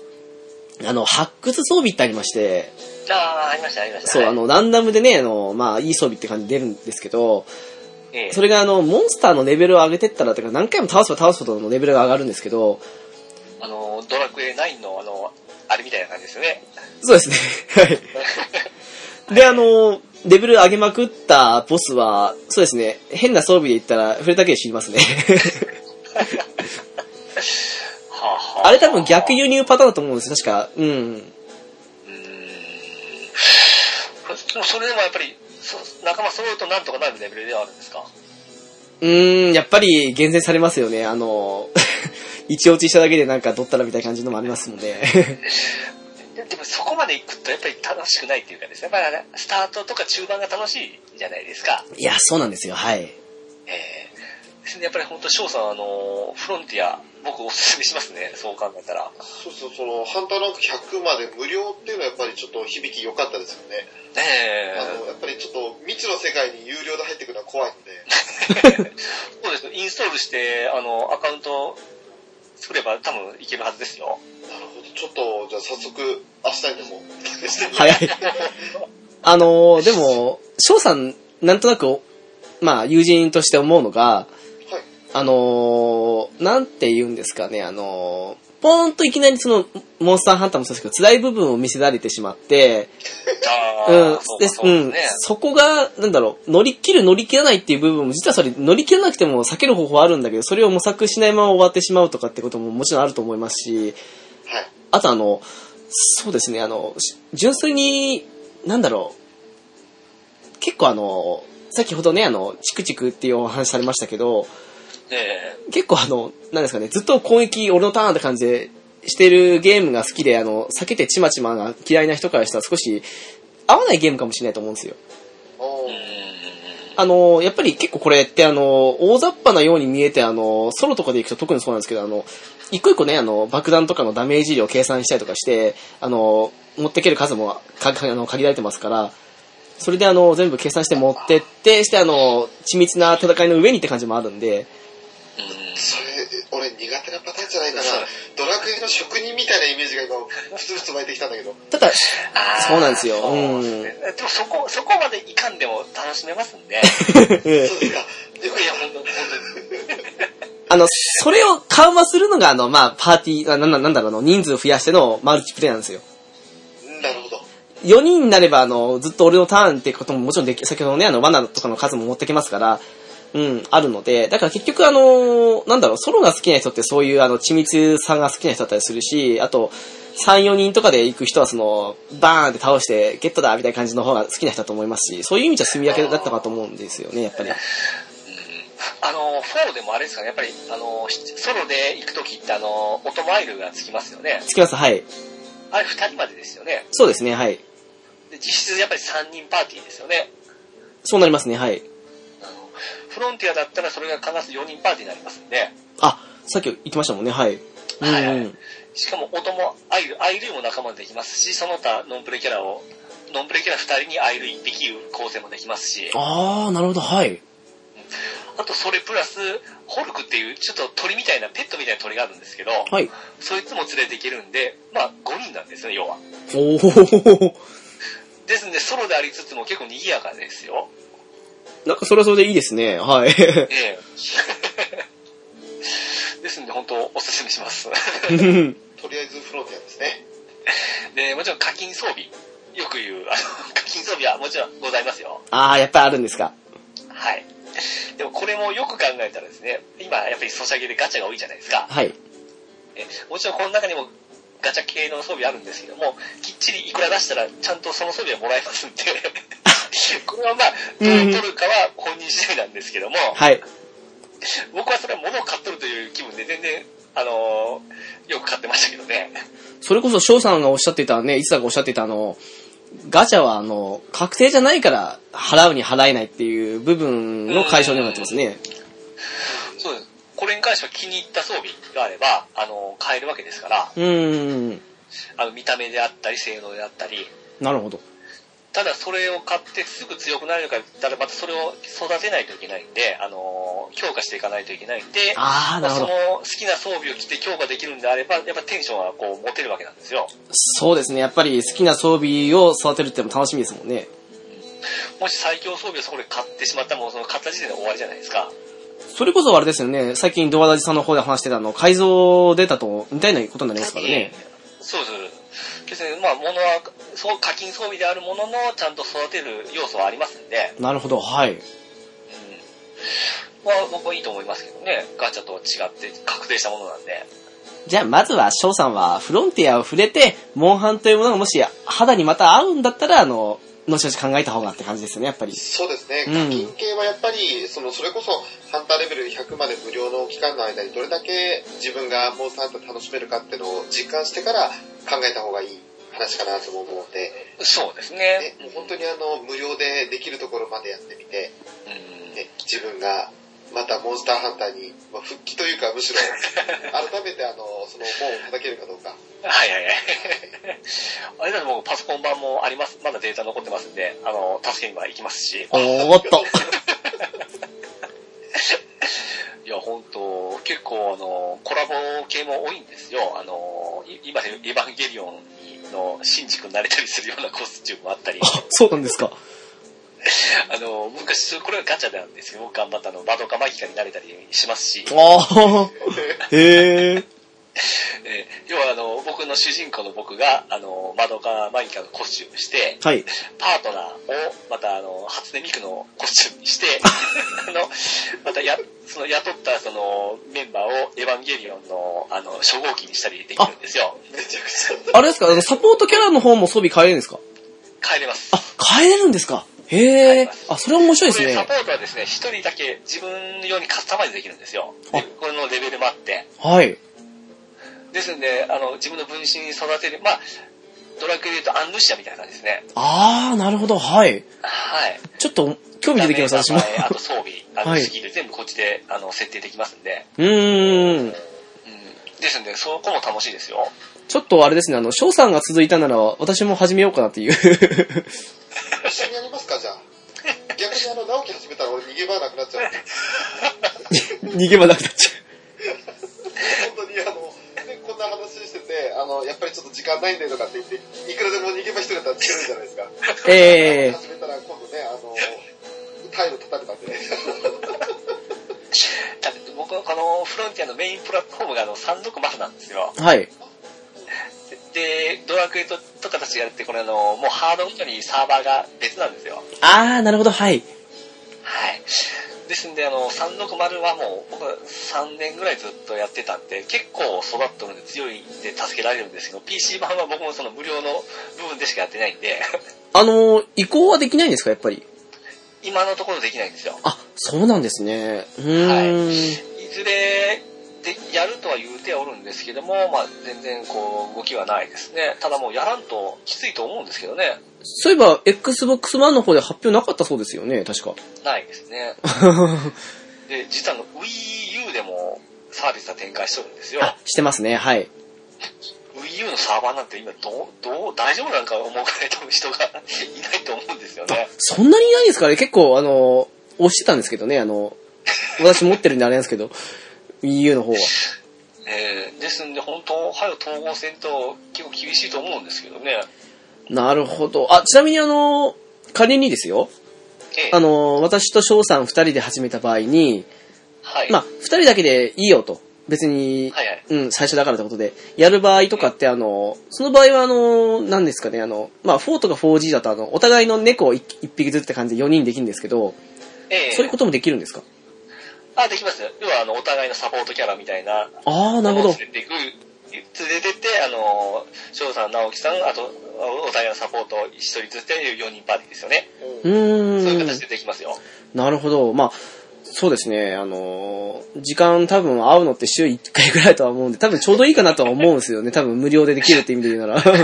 掘装備ってありまして、 ありました。 そう、ランダムでね、まあ、いい装備って感じで出るんですけど、それがモンスターのレベルを上げてったら、とか何回も倒すほどのレベルが上がるんですけど、 ドラクエ9のあれみたいな感じですよね。 そうですね。はい。で、レベル上げまくったボスは、そうですね、変な装備で言ったら、触れただけで死にますね。あれ多分逆輸入パターンだと思うんです、確か。 それでもやっぱり、仲間揃うとなんとかなるレベルではあるんですか？ やっぱり厳選されますよね。一落ちしただけでなんか取ったらみたいな感じのもありますので。 でもそこまで行くとやっぱり楽しくないっていうかですね、やっぱりスタートとか中盤が楽しいじゃないですか。 いや、そうなんですよ、はい。 ですね、やっぱり本当翔さん、フロンティア、僕おすすめしますね、そう考えたら。 そう、ハンターランク100まで無料っていうのはやっぱりちょっと響き良かったですよね。やっぱりちょっと未知の世界に有料で入ってくるのは怖いので。 そうですね、インストールして、アカウント作れば多分いけるはずですよ。 なるほど。ちょっと、じゃあ早速、明日にでも試してみ早い。でも、翔さん、 なんとなく、まあ、友人として思うのが、 はい、 なんて言うんですかね、ポーンといきなりその、モンスターハンターもそうですけど、辛い部分を見せられてしまって、そこが、なんだろう、乗り切らないっていう部分も、実はそれ乗り切らなくても避ける方法はあるんだけど、それを模索しないまま終わってしまうとかってことももちろんあると思いますし、 はい、 あとそうですね、純粋に、なんだろう、結構先ほどね、チクチクっていうお話されましたけど、結構なんですかね、ずっと攻撃、俺のターンって感じでしてるゲームが好きで、避けてちまちまが嫌いな人からしたら少し合わないゲームかもしれないと思うんですよ。やっぱり結構これって大雑把なように見えてソロとかで行くと特にそうなんですけど、一個一個ね、爆弾とかのダメージ量を計算したりとかして、持ってける数も限られてますから、それで全部計算して持ってって、して緻密な戦いの上にって感じもあるんで、 それ、俺苦手なパターンじゃないかな。ドラクエの職人みたいなイメージが今、ふつふつ湧いてきたんだけど。 ただ、そうなんですよ。 でもそこまでいかんでも楽しめますんで。 そうですか。いや、 本当に。 それを緩和するのが、まあ、パーティー、なんだろう、人数を増やしてのマルチプレイなんですよ。 なるほど。 4人になれば、ずっと俺のターンってことももちろん先ほどのね、罠とかの数も持ってきますから、あるので、だから結局なんだろう、ソロが好きな人ってそういう緻密さが好きな人だったりするし、あと、3、4人とかで行く人はバーンって倒して、ゲットだみたいな感じの方が好きな人だと思いますし、そういう意味じゃ住み分けだったかと思うんですよね、やっぱり。 4でもあれですかね、やっぱり、ソロで行くときって、オトマイルがつきますよね。 つきます、はい。 あれ2人までですよね。 そうですね、はい。 で実質やっぱり3人パーティーですよね。 そうなりますね、はい。 フロンティアだったらそれが必ず4人パーティーになりますんで。 あ、さっき言ってましたもんね、はい。 はい、はい。しかも音もアイルも仲間できますし、その他ノンプレキャラ2人にアイル1匹いう構成もできますし。 あー、なるほど、はい。 あとそれプラス、ホルクっていうちょっと鳥みたいな、ペットみたいな鳥があるんですけど、 はい。 そいつも連れていけるんで、まあ5人なんですよ、要は。 おー。 ですんで、ソロでありつつも結構賑やかですよ。 なんかそれはそれでいいですね。はい。 ですんで本当おすすめします。 とりあえずフロンティアですね。 で、もちろん課金装備。よく言う、課金装備はもちろんございますよ。 あー、やっぱりあるんですか。 はい。でもこれもよく考えたらですね、今やっぱりソシャゲでガチャが多いじゃないですか。 はい。 もちろんこの中にもガチャ系の装備あるんですけども、きっちりいくら出したらちゃんとその装備はもらえますんで、これはまあ、どう取るかは本人次第なんですけども、 はい。 僕はそれは物を買っとるという気分で全然、よく買ってましたけどね。 それこそ翔さんがおっしゃっていたね、いつだかおっしゃっていたガチャは確定じゃないから払うに払えないっていう部分の解消になってますね。 そうです。これに関しては気に入った装備があれば、買えるわけですから。見た目であったり、性能であったり。 なるほど。 ただそれを買ってすぐ強くなるのか、ただまたそれを育てないといけないんで、強化していかないといけないんで、 なるほど。 その好きな装備を着て強化できるんであれば、やっぱテンションはこう持てるわけなんですよ。 そうですね。やっぱり好きな装備を育てるっても楽しみですもんね。 もし最強装備をそこで買ってしまったらもうその買った時点で終わりじゃないですか。 それこそあれですよね。最近ドアダジさんの方で話してた改造データと似たようなことになりますからね。 そうです。別にまあ物はそう課金装備であるもののちゃんと育てる要素はありますんで。 なるほど、はい。 まあ僕はいいと思いますけどね。ガチャと違って確定したものなんで。 じゃあまずは翔さんはフロンティアを触れて、モンハンというものがもし肌にまた合うんだったら後々考えた方がって感じですよね、やっぱり。 そうですね。課金系はやっぱりそれこそハンターレベル100まで無料の期間の間にどれだけ自分がモンスターハンター楽しめるかっていうのを実感してから考えた方がいい話かなとも思うので。 そうですね。 もう本当に無料でできるところまでやってみて、自分がまたモンスターハンターに、復帰というかむしろ改めてその門を叩けるかどうか。 はいはいはい。あれだともうパソコン版もあります。まだデータ残ってますんで、助けには行きますし。 おーっと。 いや、ほんと、結構コラボ系も多いんですよ。今でエヴァンゲリオンのシンジ君になれたりするようなコスチュームもあったり。 あ、そうなんですか。 昔、これはガチャなんですよ。頑張ったマドカマギカになれたりしますし。 ああ、へえ。 要は僕の主人公の僕が、マドカマギカのコスチュームして、 はい。 パートナーを、また初音ミクのコスチュームにして、またその雇ったそのメンバーをエヴァンゲリオンの、初号機にしたりできるんですよ。 めちゃくちゃ。 あれですか、サポートキャラの方も装備変えれるんですか？ 変えれます。 あ、変えれるんですか？へえ。あ、それは面白いですね。 サポートはですね、一人だけ自分用にカスタマイズできるんですよ。これのレベルもあって。 はい。 ですんで、自分の分身に育てる、まあ、ドラクエで言うとアンヌシアみたいな感じですね。 あー、なるほど、はい。 はい。 ちょっと、興味出てきます、私も。 あと装備、スキル、全部こっちで、設定できますんで。ですんで、そこも楽しいですよ。 ちょっとあれですね、翔さんが続いたなら、私も始めようかなっていう。 一緒にやりますか、じゃあ。逆に直樹始めたら俺逃げ場なくなっちゃう。 逃げ場なくなっちゃう。 本当にこんな話してて、やっぱりちょっと時間ないんだよとかって言って、いくらでも逃げ場一人だったら作れるじゃないですか。始めたら今度ね、タイル叩くだけで。 僕はフロンティアのメインプラットフォームが360なんですよ。 はい。 で、ドラクエとかたちがやって、これもうハードごとにサーバーが別なんですよ。 あー、なるほど、はい。 はい。ですんで、360はもう、僕は3年ぐらいずっとやってたんで、結構育ってるんで強いんで助けられるんですけど、PC 版は僕もその無料の部分でしかやってないんで。 移行はできないんですか、やっぱり。 今のところできないんですよ。 あ、そうなんですね。 はい。いずれ、で、やるとは言うてはおるんですけども、まあ、全然動きはないですね。ただもうやらんときついと思うんですけどね。 そういえば、Xbox One の方で発表なかったそうですよね、確か。 ないですね。で、実はWii U でもサービスは展開してるんですよ。 あ、してますね、はい。 Wii U のサーバーなんて今大丈夫なんか思うくらい多分人がいないと思うんですよね。 そんなにいないんですかね。結構、押してたんですけどね、私持ってるんであれなんですけど。Wii U の方は。 ですんで、本当、統合戦と結構厳しいと思うんですけどね。 なるほど。あ、ちなみに仮にですよ。私と翔さん2人で始めた場合に、 はい。 まあ、2人だけでいいよと。別に、 はいはい、 最初だからってことで、やる場合とかって、その場合は何ですかね、まあ、4とか 4G だとお互いの猫を1匹ずつって感じで4人できるんですけど、そういうこともできるんですか？ できます。要は、お互いのサポートキャラみたいな。 なるほど。 連れてって、翔さん、直樹さん、あと、お互いのサポートを1人ずつで4人パーティーですよね。そういう形でできますよ。 なるほど。まあ、そうですね。時間多分会うのって週1回ぐらいとは思うんで、多分ちょうどいいかなとは思うんですよね。多分無料でできるって意味で言うなら。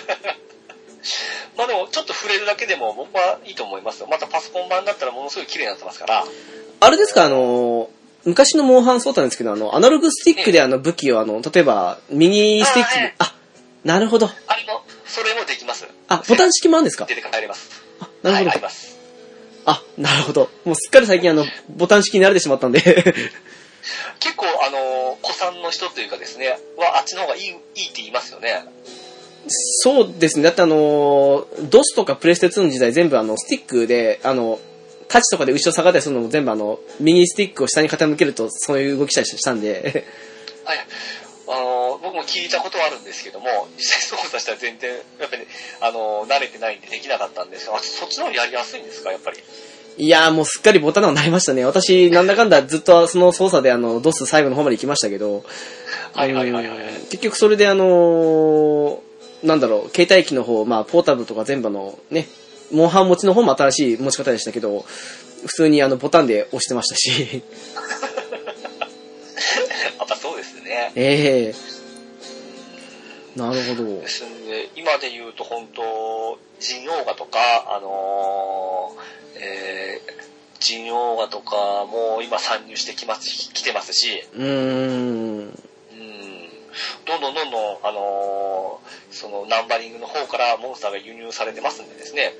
まあでも、ちょっと触れるだけでも僕はいいと思いますよ。またパソコン版だったらものすごい綺麗になってますから。 あれですか、昔のモンハンそうなんですけど、アナログスティックで武器を例えば、右スティックで、なるほど。 それもできます。 ボタン式もあるんですか？ 出て帰れます。 なるほど。 あります。 なるほど。もうすっかり最近ボタン式に慣れてしまったんで。 結構、古参の人というかですね、あっちの方がいいって言いますよね。 そうですね。だってDOS とかプレステ2の時代全部スティックで、タッチとかで後ろ下がったりするのも全部右スティックを下に傾けるとそういう動きしたんで。 はい。僕も聞いたことはあるんですけども、実際操作したら全然、やっぱり、慣れてないんでできなかったんですが、そっちの方がやりやすいんですか、やっぱり。 いやーもうすっかりボタンがなりましたね。私、なんだかんだずっとその操作でDOS 最後の方まで行きましたけど。結局それでなんだろう、携帯機の方、まあ、ポータブルとか全部ね、モンハン持ちの方も新しい持ち方でしたけど、普通にボタンで押してましたし。 やっぱそうですね。 なるほど。 ですんで、今で言うと本当、ジンオーガとか、ジンオーガとかも今参入してきてますし、どんどんそのナンバリングの方からモンスターが輸入されてますんでですね。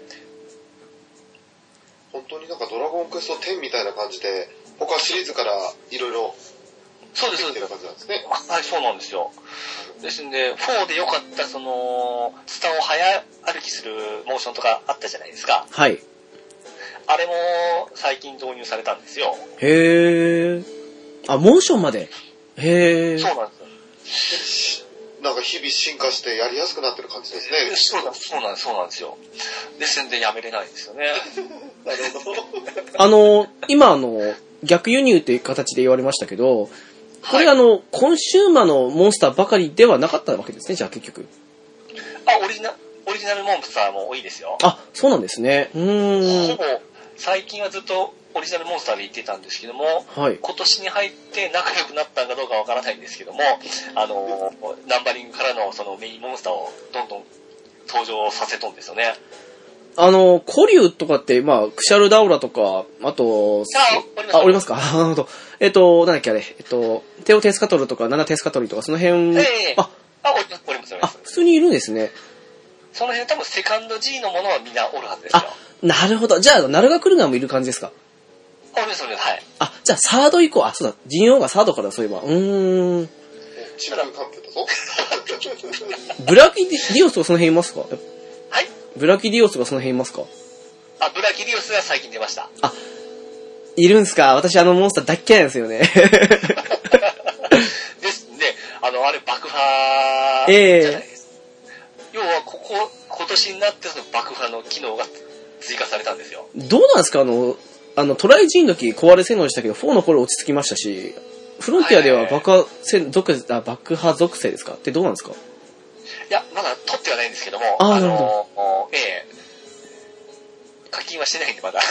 本当になんかドラゴンクエスト10みたいな感じで、他シリーズからいろいろそうです。 みたいな感じなんですね。 はい、そうなんですよ。ですんで、4で良かったその、スタを早歩きするモーションとかあったじゃないですか。 はい。 あれも最近導入されたんですよ。 へー。あ、モーションまで。へー。 そうなんですよ。 なんか日々進化してやりやすくなってる感じですね。 そうなんですよ。で、全然やめれないんですよね。 なるほど。 今逆輸入という形で言われましたけど、これコンシューマーのモンスターばかりではなかったわけですね、じゃあ結局。 あ、オリジナルモンスターも多いですよ。 あ、そうなんですね。 ほぼ、最近はずっとオリジナルモンスターで言ってたんですけども、はい、今年に入って仲良くなったんかどうかわからないんですけども、ナンバリングからのそのメインモンスターをどんどん登場させとんですよね。 コリュウとかって、まあ、クシャルダウラとか、あと、おりますかなるほど。なんだっけあれ、テオテスカトルとか、ナナテスカトルとか、その辺、 おります。 普通にいるんですね。 その辺多分セカンド G のものはみんなおるはずですよ。 なるほど。じゃあ、ナルガクルガーもいる感じですか？ おります、はい。 じゃあ、サード以降、そうだ、ジンオウがサードからそういえば。 チラルカンプだぞ。 ブラキディオスとかその辺いますか？ はい。 ブラキディオスとかその辺いますか？ ブラキディオスが最近出ました。 いるんすか？私モンスター大っ嫌いなんですよね。 ですね。あれ爆破じゃないです。要は今年になってその爆破の機能が追加されたんですよ。 どうなんですか？トライ G の時壊れ性能でしたけど、4の頃落ち着きましたし、フロンティアでは爆破属性ですかってどうなんですか？ いや、まだ取ってはないんですけども、 なるほど。 課金はしてないんでまだ。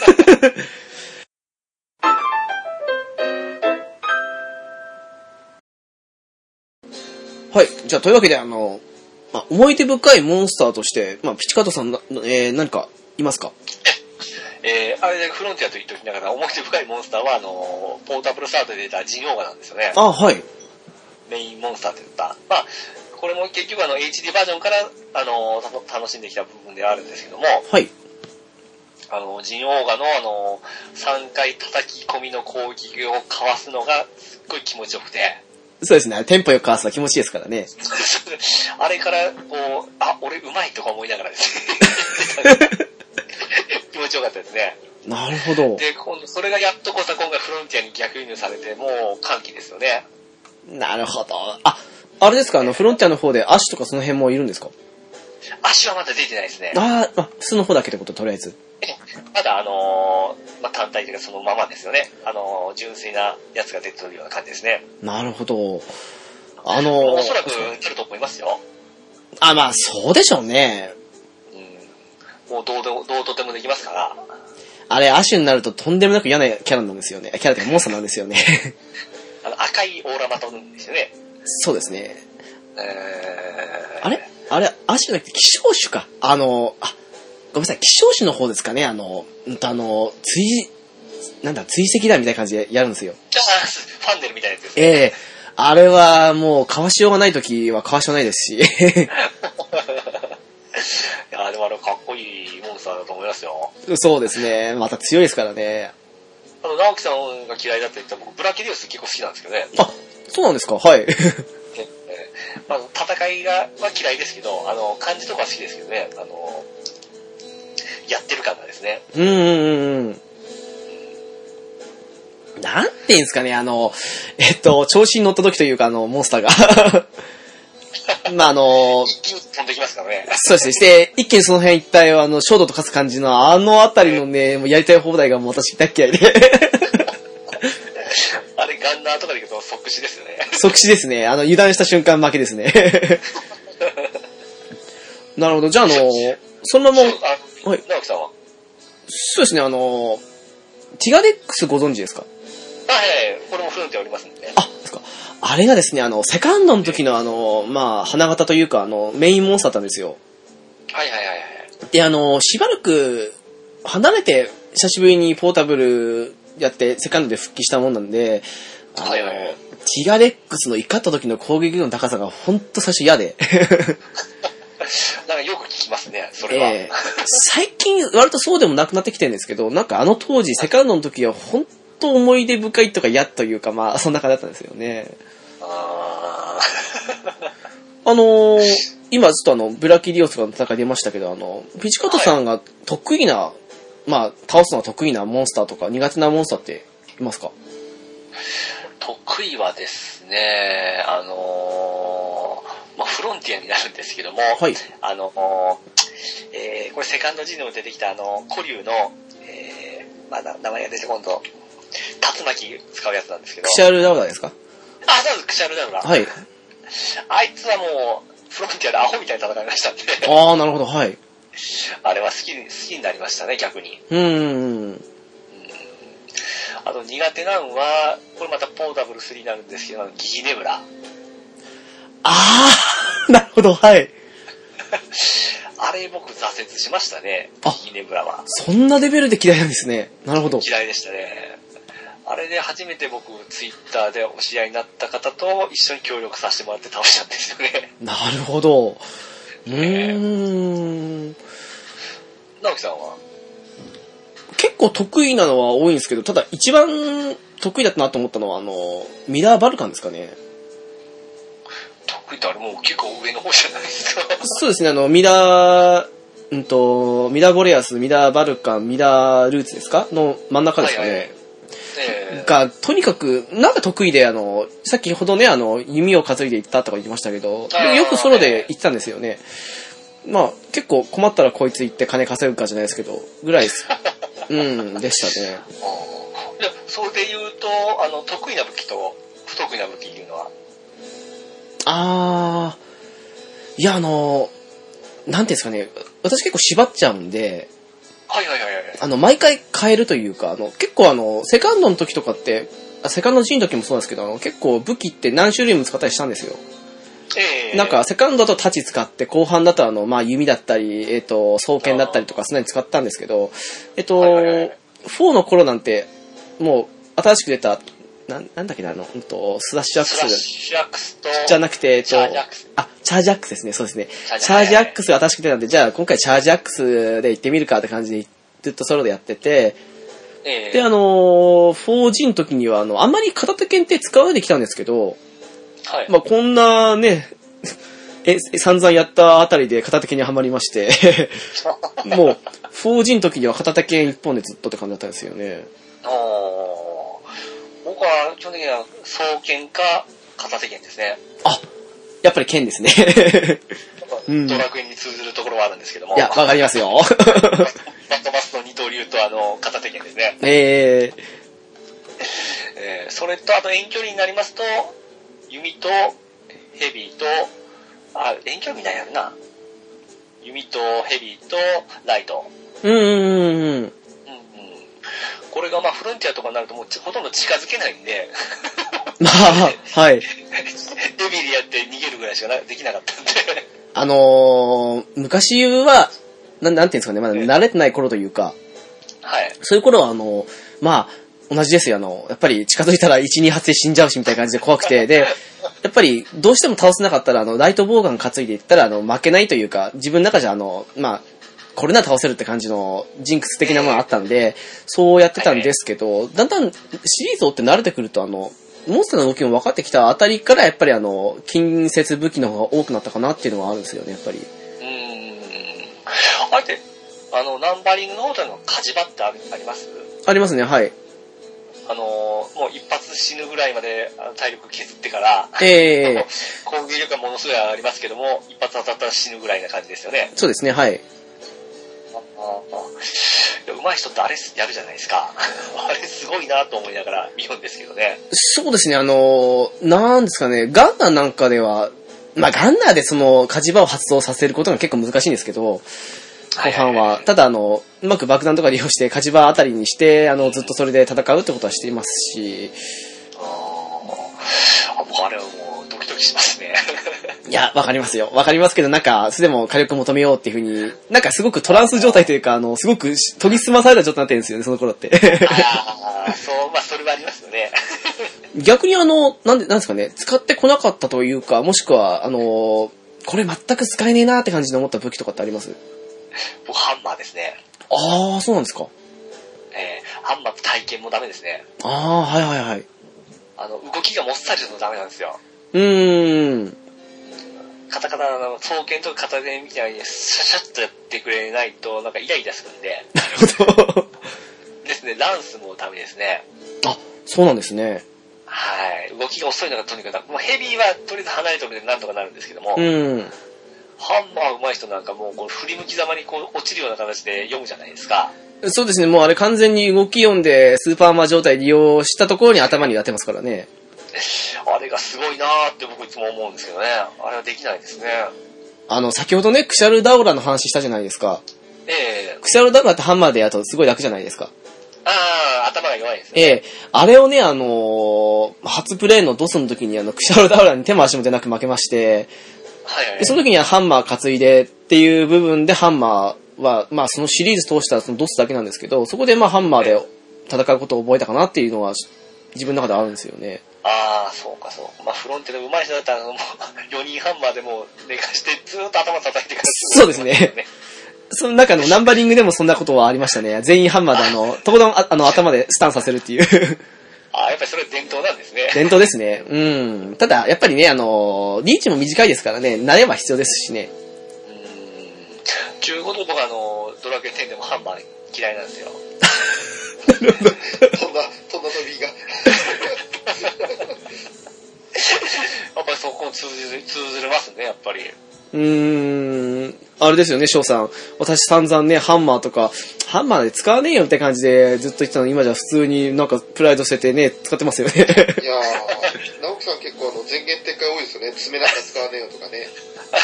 はい。じゃあ、というわけで、思い出深いモンスターとして、ピチカートさん、何かいますか？ あれでフロンティアと言っておきながら、思い出深いモンスターは、ポータブルサートで出たジンオーガなんですよね。 はい。 メインモンスターって言った。これも結局HD バージョンから、楽しんできた部分ではあるんですけども、 はい。 ジンオーガの3回叩き込みの攻撃をかわすのがすっごい気持ちよくて。 そうですね。テンポよくかわすの気持ちいいですからね。 あれから、俺うまいとか思いながらですね。気持ちよかったですね。 なるほど。 で、今度、それがやっと今回フロンティアに逆輸入されて、もう歓喜ですよね。 なるほど。あれですか、フロンティアの方でアシュとかその辺もいるんですか？ アシュはまだ出てないですね。 普通の方だけってこと、とりあえず。 まだ単体というかそのままですよね。純粋なやつが出てるような感じですね。 なるほど。 おそらく出ると思いますよ。 そうでしょうね。 もうどうとでもできますから。 あれ、アシュになるととんでもなく嫌なキャラなんですよね。キャラというかモンスターなんですよね。 赤いオーラまとるんですよね。 そうですね。あれ、アシュじゃなくて希少種か。ごめんなさい、希少種の方ですかね。追跡だみたいな感じでやるんですよ。 ファンデルみたいなやつですね。 あれはもう、かわしようがないときはかわしようがないですし。 いや、でもかっこいいモンスターだと思いますよ。 そうですね。また強いですからね。 直樹さんが嫌いだって言ったら僕、ブラキディオス結構好きなんですけどね。 そうなんですか？はい。 戦いは嫌いですけど、感じとかは好きですけどね。やってる感がですね。 なんていうんですかね、調子に乗った時というか、モンスターが。 一気に飛んできますからね。 そうですね。して、一気にその辺一帯を、衝動と勝つ感じの、あたりのね、もうやりたい放題がもう私大嫌いで。 あれ、ガンナーとかで言うと即死ですよね。 即死ですね。油断した瞬間負けですね。なるほど。じゃあ、そのまま、はい。 直樹さんはそうですね、ティガデックスご存知ですか？ はい。これもフロンティアおりますんでね。 ですか。あれがですね、セカンドの時の花形というか、メインモンスターだったんですよ。 はい。 で、しばらく離れて、久しぶりにポータブルやって、セカンドで復帰したもんなんで、ティガデックスの怒った時の攻撃の高さがほんと最初嫌で。 なんかよく聞きますね、それは。 最近割とそうでもなくなってきてるんですけど、なんか当時、セカンドの時は本当思い出深いとか嫌というか、そんな感じだったんですよね。今ずっとブラキディオスがの戦い出ましたけど、ピチカートさんが得意なまあ、倒すのが得意なモンスターとか苦手なモンスターっていますか？ 得意はですね、まあ、フロンティアになるんですけども、 はい。 これセカンド G にも出てきた古竜の、まだ名前が出てこんと、竜巻使うやつなんですけど。 クシャルダウダーですか？ あ、そうです、クシャルダウダー。 はい。 あいつはもう、フロンティアでアホみたいに戦いましたんで。 ああ、なるほど、はい。 あれは好きになりましたね、逆に。あと苦手なのは、これまたポータブル3になるんですけど、ギギネブラ。 ああ、なるほど、はい。 あれ僕挫折しましたね、ギギネブラは。 そんなレベルで嫌いなんですね。なるほど。 嫌いでしたね。あれで初めて僕、ツイッターでお知り合いになった方と一緒に協力させてもらって倒したんですよね。 なるほど。 直樹さんは結構得意なのは多いんですけど、ただ一番得意だったなと思ったのは、ミラーバルカンですかね。 得意ってあれもう結構上の方じゃないですか。 そうですね、ミラーゴレアス、ミラーバルカン、ミラールーツですかの真ん中ですかね。はいはい、が、とにかく、なんか得意で、さっきほどね、弓を担いで行ったとか言ってましたけど、よくソロで行ってたんですよね。まあ、結構困ったらこいつ行って金稼ぐかじゃないですけど、ぐらいです。でしたね。 じゃそれで言うと、得意な武器と不得意な武器っていうのは？ いや、なんていうんですかね、私結構縛っちゃうんで、 はいはいはいはい。 毎回変えるというか、結構セカンドの時とかって、セカンド G の時もそうなんですけど、結構武器って何種類も使ったりしたんですよ。なんか、セカンドだと太刀使って、後半だとまあ、弓だったり、双剣だったりとか、そんなに使ったんですけど、4の頃なんて、もう、新しく出た、なんだっけな、スラッシュアックス。 スラッシュアックスと、 じゃなくて、 チャージアックス。 チャージアックスですね、そうですね。チャージアックスが新しく出たんで、じゃあ今回チャージアックスで行ってみるかって感じで、ずっとソロでやってて、で、4G の時には、あんまり片手剣って使わないできたんですけど、はい。まあ、こんなね、散々やったあたりで片手剣にはまりまして、もう、4G の時には片手剣一本でずっとって感じだったんですよね。 僕は基本的には双剣か片手剣ですね。 あ、やっぱり剣ですね。 ドラクエに通ずるところはあるんですけども。 いや、わかりますよ。 バットバスの二刀流と片手剣ですね。それと、あと遠距離になりますと、弓とヘビーと、遠距離みたいなるな。弓とヘビーとライト。これがまあフロンティアとかになるともうほとんど近づけないんで。 まあ、はい。 ヘビーでやって逃げるぐらいしかできなかったんで。 昔は、なんていうんですかね、まだ慣れてない頃というか、 はい。 そういう頃はまあ、同じですよ。やっぱり近づいたら1、2発で死んじゃうしみたいな感じで怖くて、で、やっぱりどうしても倒せなかったら、ライトボウガン担いでいったら、負けないというか、自分の中じゃまあ、これなら倒せるって感じのジンクス的なものがあったんで、そうやってたんですけど、だんだんシリーズを追って慣れてくると、モンスターの動きも分かってきたあたりから、やっぱり近接武器の方が多くなったかなっていうのはあるんですよね、やっぱり。 あれって、ナンバリングの方での火事場ってあります？ ありますね、はい。 もう一発死ぬぐらいまで体力削ってから、攻撃力がものすごい上がりますけども、一発当たったら死ぬぐらいな感じですよね。 そうですね、はい。 上手い人ってあれやるじゃないですか。あれすごいなと思いながら見るんですけどね。 そうですね、なんですかね、ガンナーなんかでは、まあガンナーでその火事場を発動させることが結構難しいんですけど、後半は。ただうまく爆弾とか利用して火事場あたりにして、ずっとそれで戦うってことはしていますし。 あれはもうドキドキしますね。 いや、わかりますよ。わかりますけど、なんか、それでも火力求めようっていう風に、なんかすごくトランス状態というか、すごく研ぎ澄まされた状態になってるんですよね、その頃って。 そう、まあそれはありますよね。 逆になんですかね、使ってこなかったというか、もしくは、これ全く使えねえなって感じで思った武器とかってあります？ 僕、ハンマーですね。 ああ、そうなんですか。 ハンマーと体験もダメですね。 ああ、はいはいはい。 動きがもっさりするとダメなんですよ。 カタカナの双剣とか片剣みたいにシャシャッとやってくれないとなんかイライラするんで。 なるほど。 ですね、ランスもダメですね。 あ、そうなんですね。 はい。動きが遅いのがとにかく、もうヘビーはとりあえず離れてるのでなんとかなるんですけども、 うん。 ハンマー上手い人なんかもうこう振り向きざまにこう落ちるような形で読むじゃないですか。 そうですね、もうあれ完全に動き読んでスーパーアーマー状態利用したところに頭に当てますからね。 あれがすごいなーって僕いつも思うんですけどね。あれはできないですね。 先ほどね、クシャルダオラの話したじゃないですか。クシャルダオラってハンマーでやるとすごい楽じゃないですか。 頭が弱いですね。 あれをね、初プレイのドスの時にクシャルダオラに手も足も出なく負けまして、でその時にはハンマー担いでっていう部分でハンマーは、まあそのシリーズ通したらそのドスだけなんですけど、そこでまあハンマーで戦うことを覚えたかなっていうのは自分の中であるんですよね。 そうかそうか。まあフロンテの上手い人だったらもう4人ハンマーでもう寝かしてずーっと頭叩いてから、 そうですね。その中のナンバリングでもそんなことはありましたね。全員ハンマーでとことん頭でスタンさせるっていう。 やっぱりそれ伝統なんですね。 伝統ですね。うん。ただ、やっぱりね、リーチも短いですからね、慣れは必要ですしね。 15度とかドラクエ10でもハンマー嫌いなんですよ。 なるほど。 飛んだ飛びが。 やっぱりそこ通じますね、やっぱり。 あれですよね、翔さん。私散々ね、ハンマーとか、ハンマーで使わねえよって感じでずっと言ってたのに、今じゃ普通になんかプライド捨ててね、使ってますよね。いやー、直樹さん結構前言撤回多いですよね。爪なんか使わねえよとかね。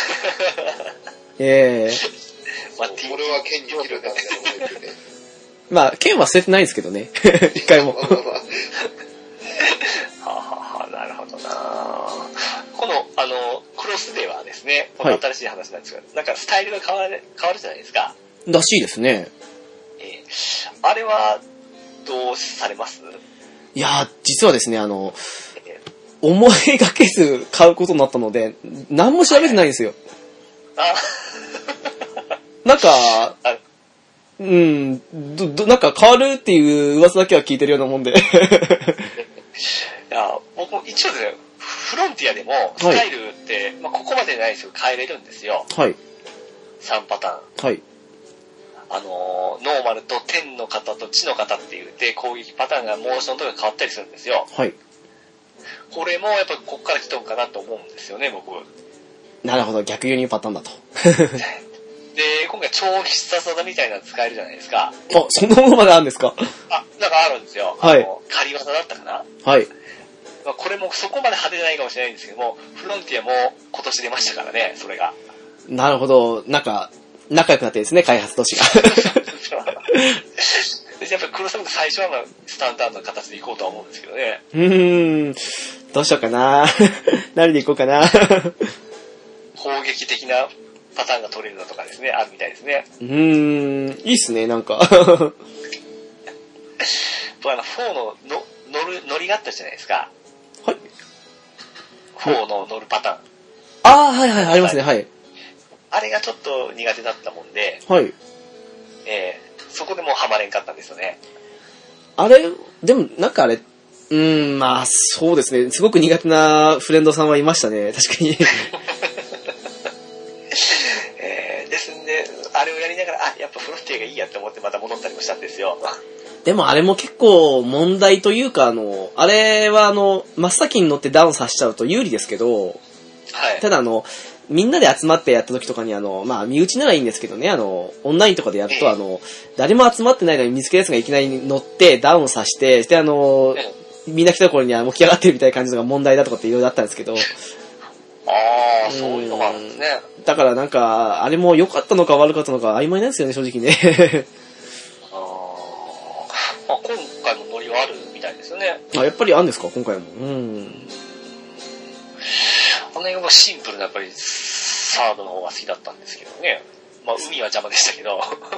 俺は剣に切るんだみたいなこと言ってね。 まあ、剣は捨ててないんですけどね。一回も。 なるほどな。この、クロスではですね、この新しい話なんですが、なんかスタイルが変わるじゃないですか。 らしいですね。 あれは、どうされます？ いや、実はですね、思いがけず買うことになったので、何も調べてないんですよ。なんか、なんか変わるっていう噂だけは聞いてるようなもんで。 いや、僕も一応ですね、フロンティアでも、スタイルって、まあ、ここまでないですけど変えれるんですよ。 はい。 3パターン。はい。ノーマルと天の型と地の型って言って攻撃パターンがモーションとか変わったりするんですよ。はい。これもやっぱこっから来たのかなと思うんですよね、僕。 なるほど、逆輸入パターンだと。 で、今回超必殺技みたいなの使えるじゃないですか。 そんなものまであるんですか？ なんかあるんですよ。はい。仮技だったかな？はい。まあ、これもそこまで派手じゃないかもしれないんですけども、フロンティアも今年出ましたからね、それが。 なるほど、なんか、仲良くなってですね、開発都市が。 やっぱりクロスム最初はスタンダードな形でいこうとは思うんですけどね。 どうしようかな。何でいこうかな。 攻撃的なパターンが取れるのとかですね、あるみたいですね。 いいっすね、なんか。 4の乗りがあったじゃないですか。はい。4の乗るパターン。 はいはい、ありますね、はい。 あれがちょっと苦手だったもんで、 はい。 そこでもうハマれんかったんですよね。 あれ、でもなんかあれ、まあそうですね、すごく苦手なフレンドさんはいましたね、確かに。 ですんで、あれをやりながら、やっぱフロンティアがいいやって思ってまた戻ったりもしたんですよ。 でもあれも結構問題というか、あれは真っ先に乗ってダウンさせちゃうと有利ですけど、はい。ただみんなで集まってやった時とかにまあ身内ならいいんですけどね、オンラインとかでやると誰も集まってないのに見つけるやつがいきなり乗ってダウンさせて、でみんな来た頃には起き上がってるみたいな感じのが問題だとかっていろいろあったんですけど。 そういうのがあるんですね。 だからなんか、あれも良かったのか悪かったのか曖昧なんですよね、正直ね。 今回もノリはあるみたいですよね。 やっぱりあるんですか、今回も。 シンプルなやっぱりサードの方が好きだったんですけどね。まあ海は邪魔でしたけど。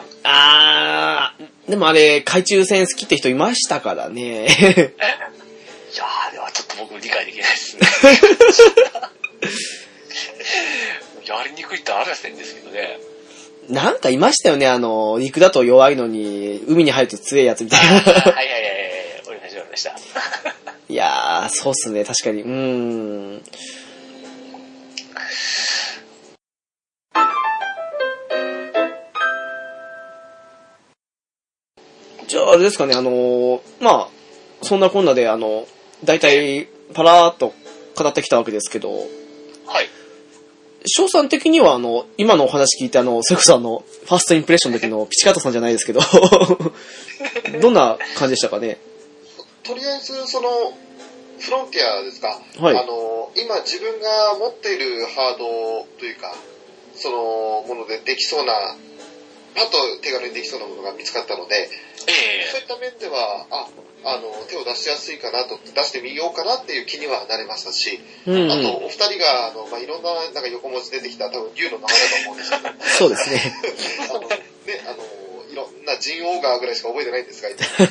でもあれ、海中戦好きって人いましたからね。いやー、ではちょっと僕理解できないですね。やりにくいってあるやつなんですけどね。 なんかいましたよね、陸だと弱いのに、海に入ると強いやつみたいな。 はい、おりました。 いやー、そうっすね、確かに。 あれですかね、まあ、そんなこんなで、大体、パラーっと語ってきたわけですけど、 はい。 翔さん的には、今のお話聞いて、セコさんのファーストインプレッションの時のピチカートさんじゃないですけど、どんな感じでしたかね。 とりあえず、フロンティアですか、 はい、 今自分が持っているハードというか、ものでできそうな、パッと手軽にできそうなものが見つかったので、そういった面では、手を出しやすいかなと、出してみようかなっていう気にはなれましたし、 うんうん、 あと、お二人が、いろんな、なんか横文字出てきた、多分、竜の名前だと思うんですけど、 そうですね。 いろんなジンオーガーぐらいしか覚えてないんですが、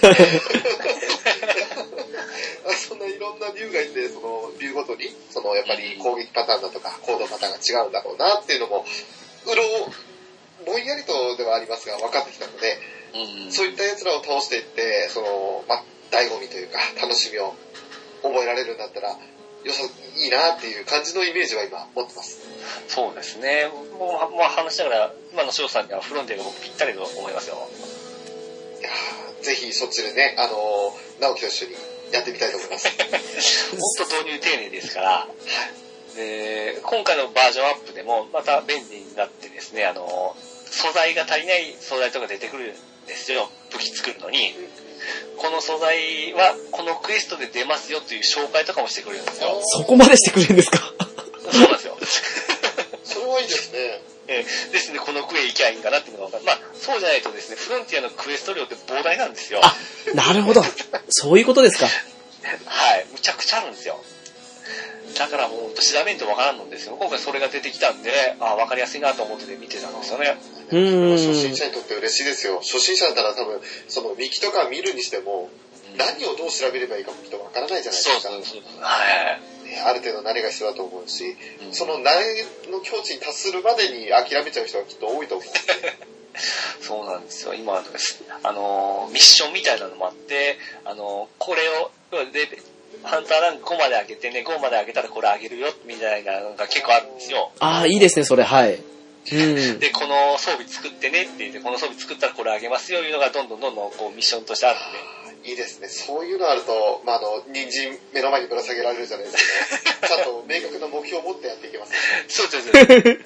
そんないろんな竜がいて、竜ごとに、やっぱり攻撃パターンだとか、行動パターンが違うんだろうなっていうのも、ぼんやりとではありますが、分かってきたので、そういった奴らを倒していって、醍醐味というか、楽しみを覚えられるんだったら、いいなっていう感じのイメージは今持ってます。 そうですね。もう話しながら、今の翔さんにはフロンティアが僕ぴったりと思いますよ。 いやぜひそっちでね、直樹と一緒にやってみたいと思います。 本当導入丁寧ですから、で今回のバージョンアップでもまた便利になってですね、素材が足りない素材とか出てくるんですよ、武器作るのに。この素材はこのクエストで出ますよという紹介とかもしてくれるんですよ。 そこまでしてくれるんですか？ そうなんですよ。 それはいいですね。 ですね、このクエ行きゃいいんだなっていうのが分かる。まあ、そうじゃないとですね、フロンティアのクエスト量って膨大なんですよ。 あ、なるほど。そういうことですか。 はい。むちゃくちゃあるんですよ。だからもう調べんと分からんのですよ。今回それが出てきたんで、分かりやすいなと思って見てたんですよね。 初心者にとって嬉しいですよ。初心者だったら多分、ウィキとか見るにしても、何をどう調べればいいかもきっと分からないじゃないですか。 そう。はい。 ある程度慣れが必要だと思うし、その慣れの境地に達するまでに諦めちゃう人がきっと多いと思うんですね。 そうなんですよ。今、ミッションみたいなのもあって、これを、ハンターランク5まで上げてね、5まで上げたらこれ上げるよ、みたいなのが結構あるんですよ。 ああ、いいですね、それ、はい。 で、この装備作ってねって言って、この装備作ったらこれ上げますよ、いうのがどんどんこうミッションとしてあるんで。いいですね。そういうのあると、人参目の前にぶら下げられるじゃないですか。ちゃんと明確な目標を持ってやっていけます、ね。 そうです。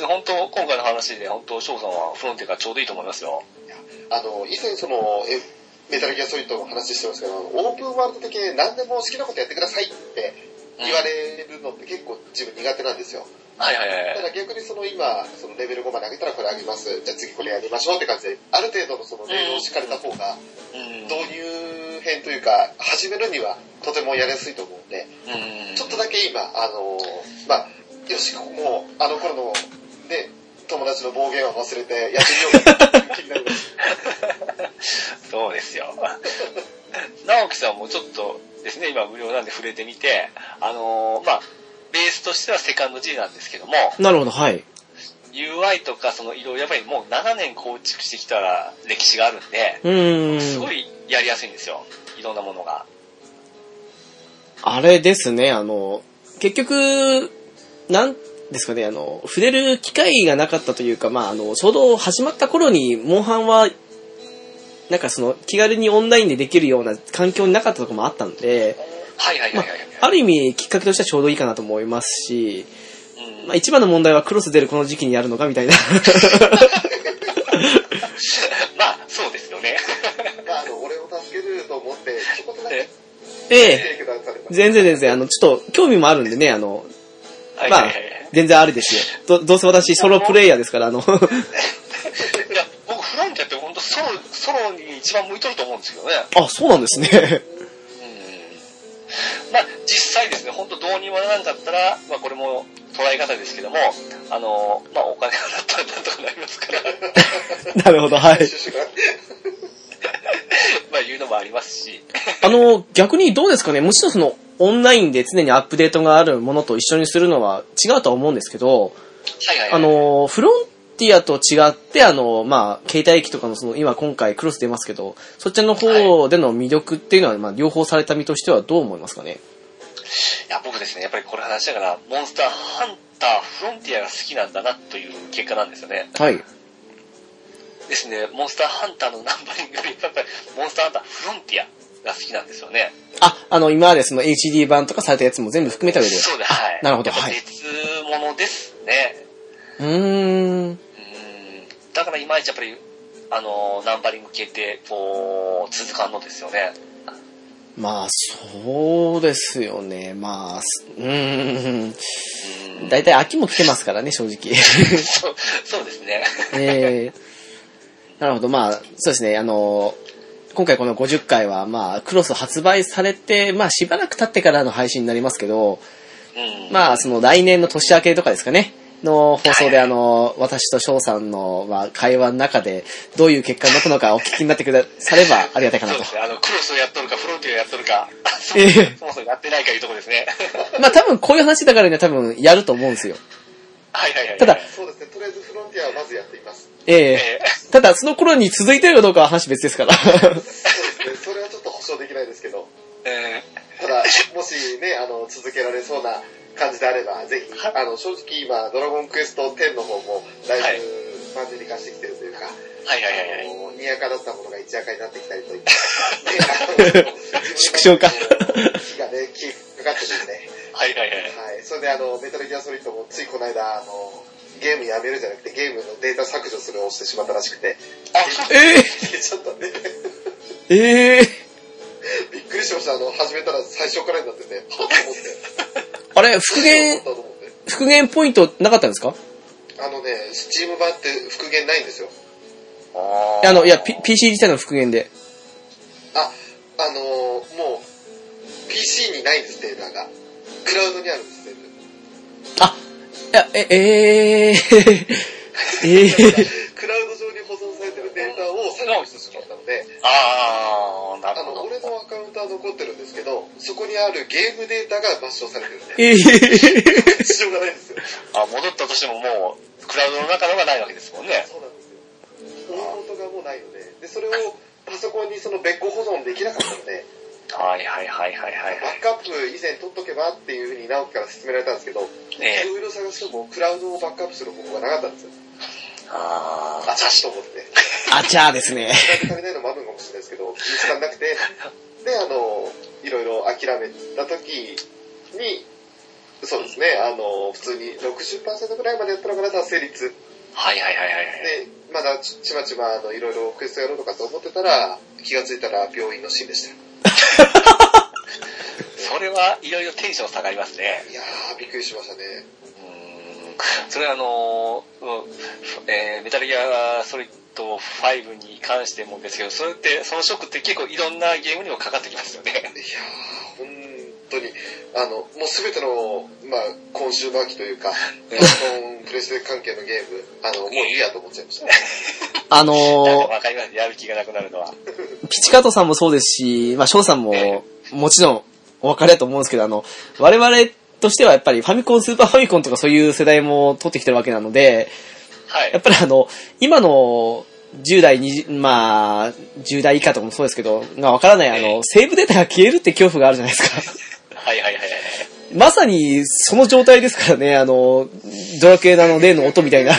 本当、今回の話で、本当、翔さんはフロンティアがちょうどいいと思いますよ。 以前メタルギアソリッドの話してますけど、オープンワールド的に何でも好きなことやってくださいって言われるのって結構自分苦手なんですよ。 はい。 だから逆に今、レベル5まで上げたらこれ上げます。じゃあ次これやりましょうって感じで、ある程度のレベルを敷かれた方が、導入編というか、始めるにはとてもやりやすいと思うんで、ちょっとだけ今、よし、ここもあの頃の、ね、友達の暴言は忘れてやってみようかなっていう気になります。 そうですよ。直樹さんもちょっとですね、今無料なんで触れてみて、ベースとしてはセカンド G なんですけども、 なるほど、はい。 UI とか色々やっぱりもう7年構築してきた歴史があるんで、すごいやりやすいんですよ。いろんなものが。 あれですね、結局、なんですかね、触れる機会がなかったというか、ちょうど始まった頃に、モンハンは、なんか気軽にオンラインでできるような環境になかったところもあったんで、ある意味、きっかけとしてはちょうどいいかなと思いますし、一番の問題はクロス出るこの時期にやるのかみたいな。 そうですよね。 俺を助けると思って、ちょこっとだけ。 全然。ちょっと興味もあるんでね、全然ありですよ。どうせ私ソロプレイヤーですから、いや、 僕フランティアって本当ソロに一番向いとると思うんですけどね。 あ、そうなんですね。 実際ですね、本当どうにもならなかったら、これも捉え方ですけども、お金払ったらなんとかなりますから。 なるほど、はい。 いうのもありますし。 逆にどうですかね、もちろんオンラインで常にアップデートがあるものと一緒にするのは違うとは思うんですけど、フロンティアと違って、携帯機とかの今回クロス出ますけど、そっちの方での魅力っていうのは、両方された身としてはどう思いますかね？ いや、僕ですね、やっぱりこれ話だから、モンスターハンターフロンティアが好きなんだなという結果なんですよね。 はい。 ですね、モンスターハンターのナンバリングで、やっぱりモンスターハンターフロンティアが好きなんですよね。 今までその HD 版とかされたやつも全部含めた上で。 そうです、はい。 なるほど、はい。 別物ですね。だからいまいちやっぱり、ナンバリング系って、こう、続かんのですよね。 まあ、そうですよね。まあ、だいたい秋も来てますからね、正直。 そうですね。 なるほど、まあ、そうですね、今回この50回は、まあ、クロス発売されて、まあ、しばらく経ってからの配信になりますけど、まあ、その来年の年明けとかですかね、の放送で私と翔さんの、まあ、会話の中でどういう結果になったのかお聞きになってくださればありがたいかなと。 そうですね。クロスをやっとるかフロンティアをやっとるか、そもそもやってないかいうところですね。 まあ多分こういう話だからには多分やると思うんですよ。 はいはいはい。 ただ、 そうですね。とりあえずフロンティアはまずやっています。 ただその頃に続いてるかどうかは話別ですから。 そうですね。それはちょっと保証できないですけど。ただ、もしね、続けられそうな感じであれば、ぜひ、正直今、ドラゴンクエスト10の方も、だいぶマンネリ化してきてるというか、にやかだったものが一やかになってきたりといった、 縮小化。 火がね、かかってですね。 はい。 それでメタルギアソリッドもついこの間、ゲームやめるじゃなくて、ゲームのデータ削除するを押してしまったらしくて。ちょっとね。びっくりしました。始めたら最初からになってて、はぁと思って。 あれ、復元ポイントなかったんですか？ スチーム版って復元ないんですよ。 いや、PC 自体の復元で。 もう、PC にないんです、データが。クラウドにあるんです、全部。クラウド上に保存されてるデータを削除してしまったので、 なるほど。 俺のアカウントは残ってるんですけど、そこにあるゲームデータが抹消されてるんで、しょうがないんですよ。 戻ったとしてももう、クラウドの中のがないわけですもんね。 そうなんですよ。大元がもうないので、それをパソコンにその別個保存できなかったので、 はい。 バックアップ以前取っとけばっていうふうに直樹から説明られたんですけど、いろいろ探してもクラウドをバックアップする方法がなかったんですよ。あちゃしと思って。 あちゃーですね。 足りないのもあるのかもしれないですけど、見つかんなくて、で、いろいろ諦めた時に、そうですね、普通に 60% ぐらいまでやったのかな、達成率。 はい。で、 まだちまちまいろいろクエストやろうとかと思ってたら、気がついたら病院のシーンでした。 それはいろいろテンション下がりますね。 いやー、びっくりしましたね。 それはメタルギアソリッド5に関してもですけど、それって、そのショックって結構いろんなゲームにもかかってきますよね。いやー、本当に、もうすべての、まあ、コンシューマー機というか、プレステ関係のゲーム、もういいやと思っちゃいましたね。 わかります。やる気がなくなるのは。 ピチカートさんもそうですし、まあ、翔さんも、もちろん、お別れだと思うんですけど、我々としてはやっぱりファミコン、スーパーファミコンとかそういう世代も取ってきてるわけなので、やっぱり今の10代、まあ、10代以下とかもそうですけど、がわからない、セーブデータが消えるって恐怖があるじゃないですか。 はい。 まさに、その状態ですからね、ドラクエの例の音みたいな。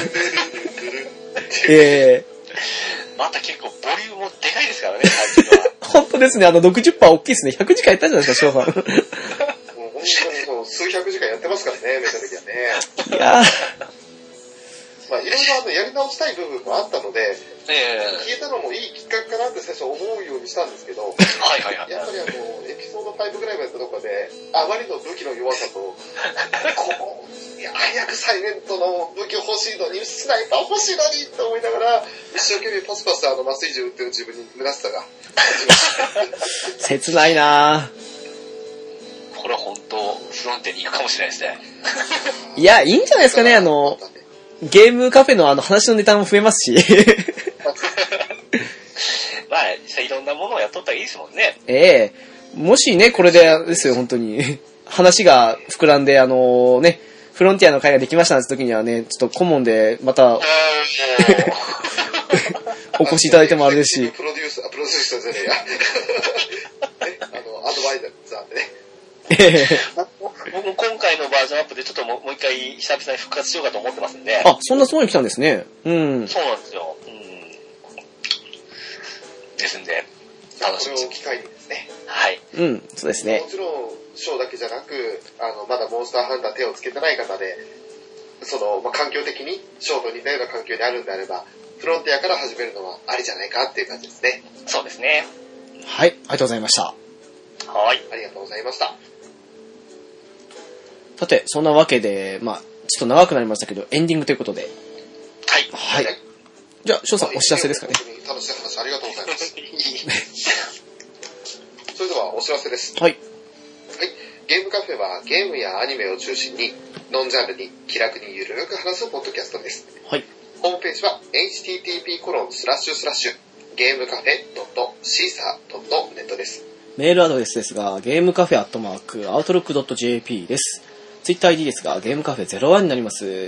また結構ボリュームもでかいですからね、最近は。 本当ですね、60% 大きいですね。100時間やったんじゃないですか、翔さん。 もう本当にもう数百時間やってますからね、メタルギアね。 いやまあ、いろいろやり直したい部分もあったので、消えたのもいいきっかけかなって最初思うようにしたんですけど、やっぱりエピソード5ぐらいまでやったところで、あまりの武器の弱さと、早くサイレントの武器欲しいのに、スナイパー欲しいのにって思いながら、一生懸命パスパス麻酔銃撃ってる自分に虚しさが感じました。 切ないなこれは本当、フロンテに行くかもしれないですね。 いや、いいんじゃないですかね、ゲームカフェの話のネタも増えますし。 まあ、いろんなものをやっとったらいいですもんね。 もしね、これでですよ、本当に。話が膨らんで、フロンティアの会ができましたなんて時にはね、ちょっと顧問でまた、お越しいただいてもあれですし。 プロデューサーじゃねえや。アドバイザーでね。 僕も今回のバージョンアップでちょっともう一回久々に復活しようかと思ってますんで。 そんなそうに来たんですね。 そうなんですよ。 楽しみ。 これを機会にですね。 はい。 うん、そうですね。 もちろん、ショーだけじゃなく、まだモンスターハンター手をつけてない方で、環境的に、ショーと似たような環境にあるんであれば、フロンティアから始めるのはありじゃないかっていう感じですね。 そうですね。 はい、ありがとうございました。 はい。 ありがとうございました。 さて、そんなわけで、ちょっと長くなりましたけど、エンディングということで。 はい。 はい。じゃあ、翔さん、お知らせですかね。 本当に楽しい話ありがとうございます。それでは、お知らせです。 はい。 はい。ゲームカフェはゲームやアニメを中心に、ノンジャンルに気楽にゆるく話すポッドキャストです。 はい。 ホームページは http://gamecafé.caesar.net です。 メールアドレスですが、ゲームカフェ@outlook.jp です。ツイッター ID ですが、ゲームカフェ01になります。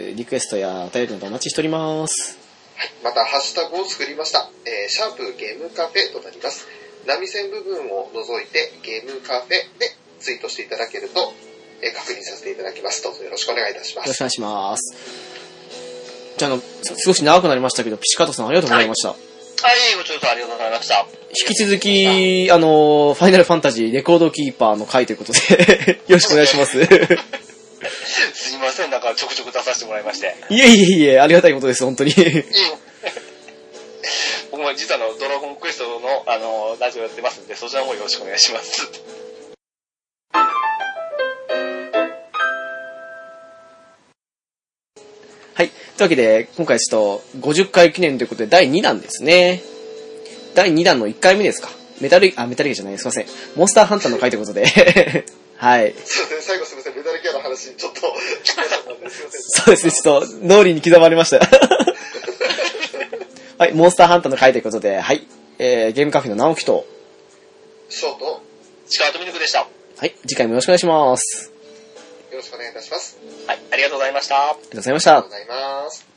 リクエストやお便りなどお待ちしております。 はい。また、ハッシュタグを作りました。シャープゲームカフェとなります。波線部分を除いて、ゲームカフェでツイートしていただけると、確認させていただきます。どうぞよろしくお願いいたします。 よろしくお願いします。じゃあ、少し長くなりましたけど、ピチカートさんありがとうございました。 はい、ご視聴ありがとうございました。 引き続き、ファイナルファンタジーレコードキーパーの回ということで、よろしくお願いします。 すいません、なんかちょくちょく出させてもらいまして。 いえいえいえ、ありがたいことです、本当に。 僕も実はドラゴンクエストの、ラジオやってますんで、そちらの方よろしくお願いします。 はい。というわけで、今回ちょっと50回記念ということで第2弾ですね。第2弾の1回目ですか。メタルギアじゃないです。すいません。モンスターハンターの回ということで。はい。 そうですね、最後すみません、メタルギアの話にちょっと、 そうですね、ちょっと脳裏に刻まれました。はい、モンスターハンターの回ということで、はい。ゲームカフェの直樹と、 ショート、 力とミルクでした。 はい、次回もよろしくお願いします。 よろしくお願いいたします。 はい、ありがとうございました。 ありがとうございました。 ありがとうございます。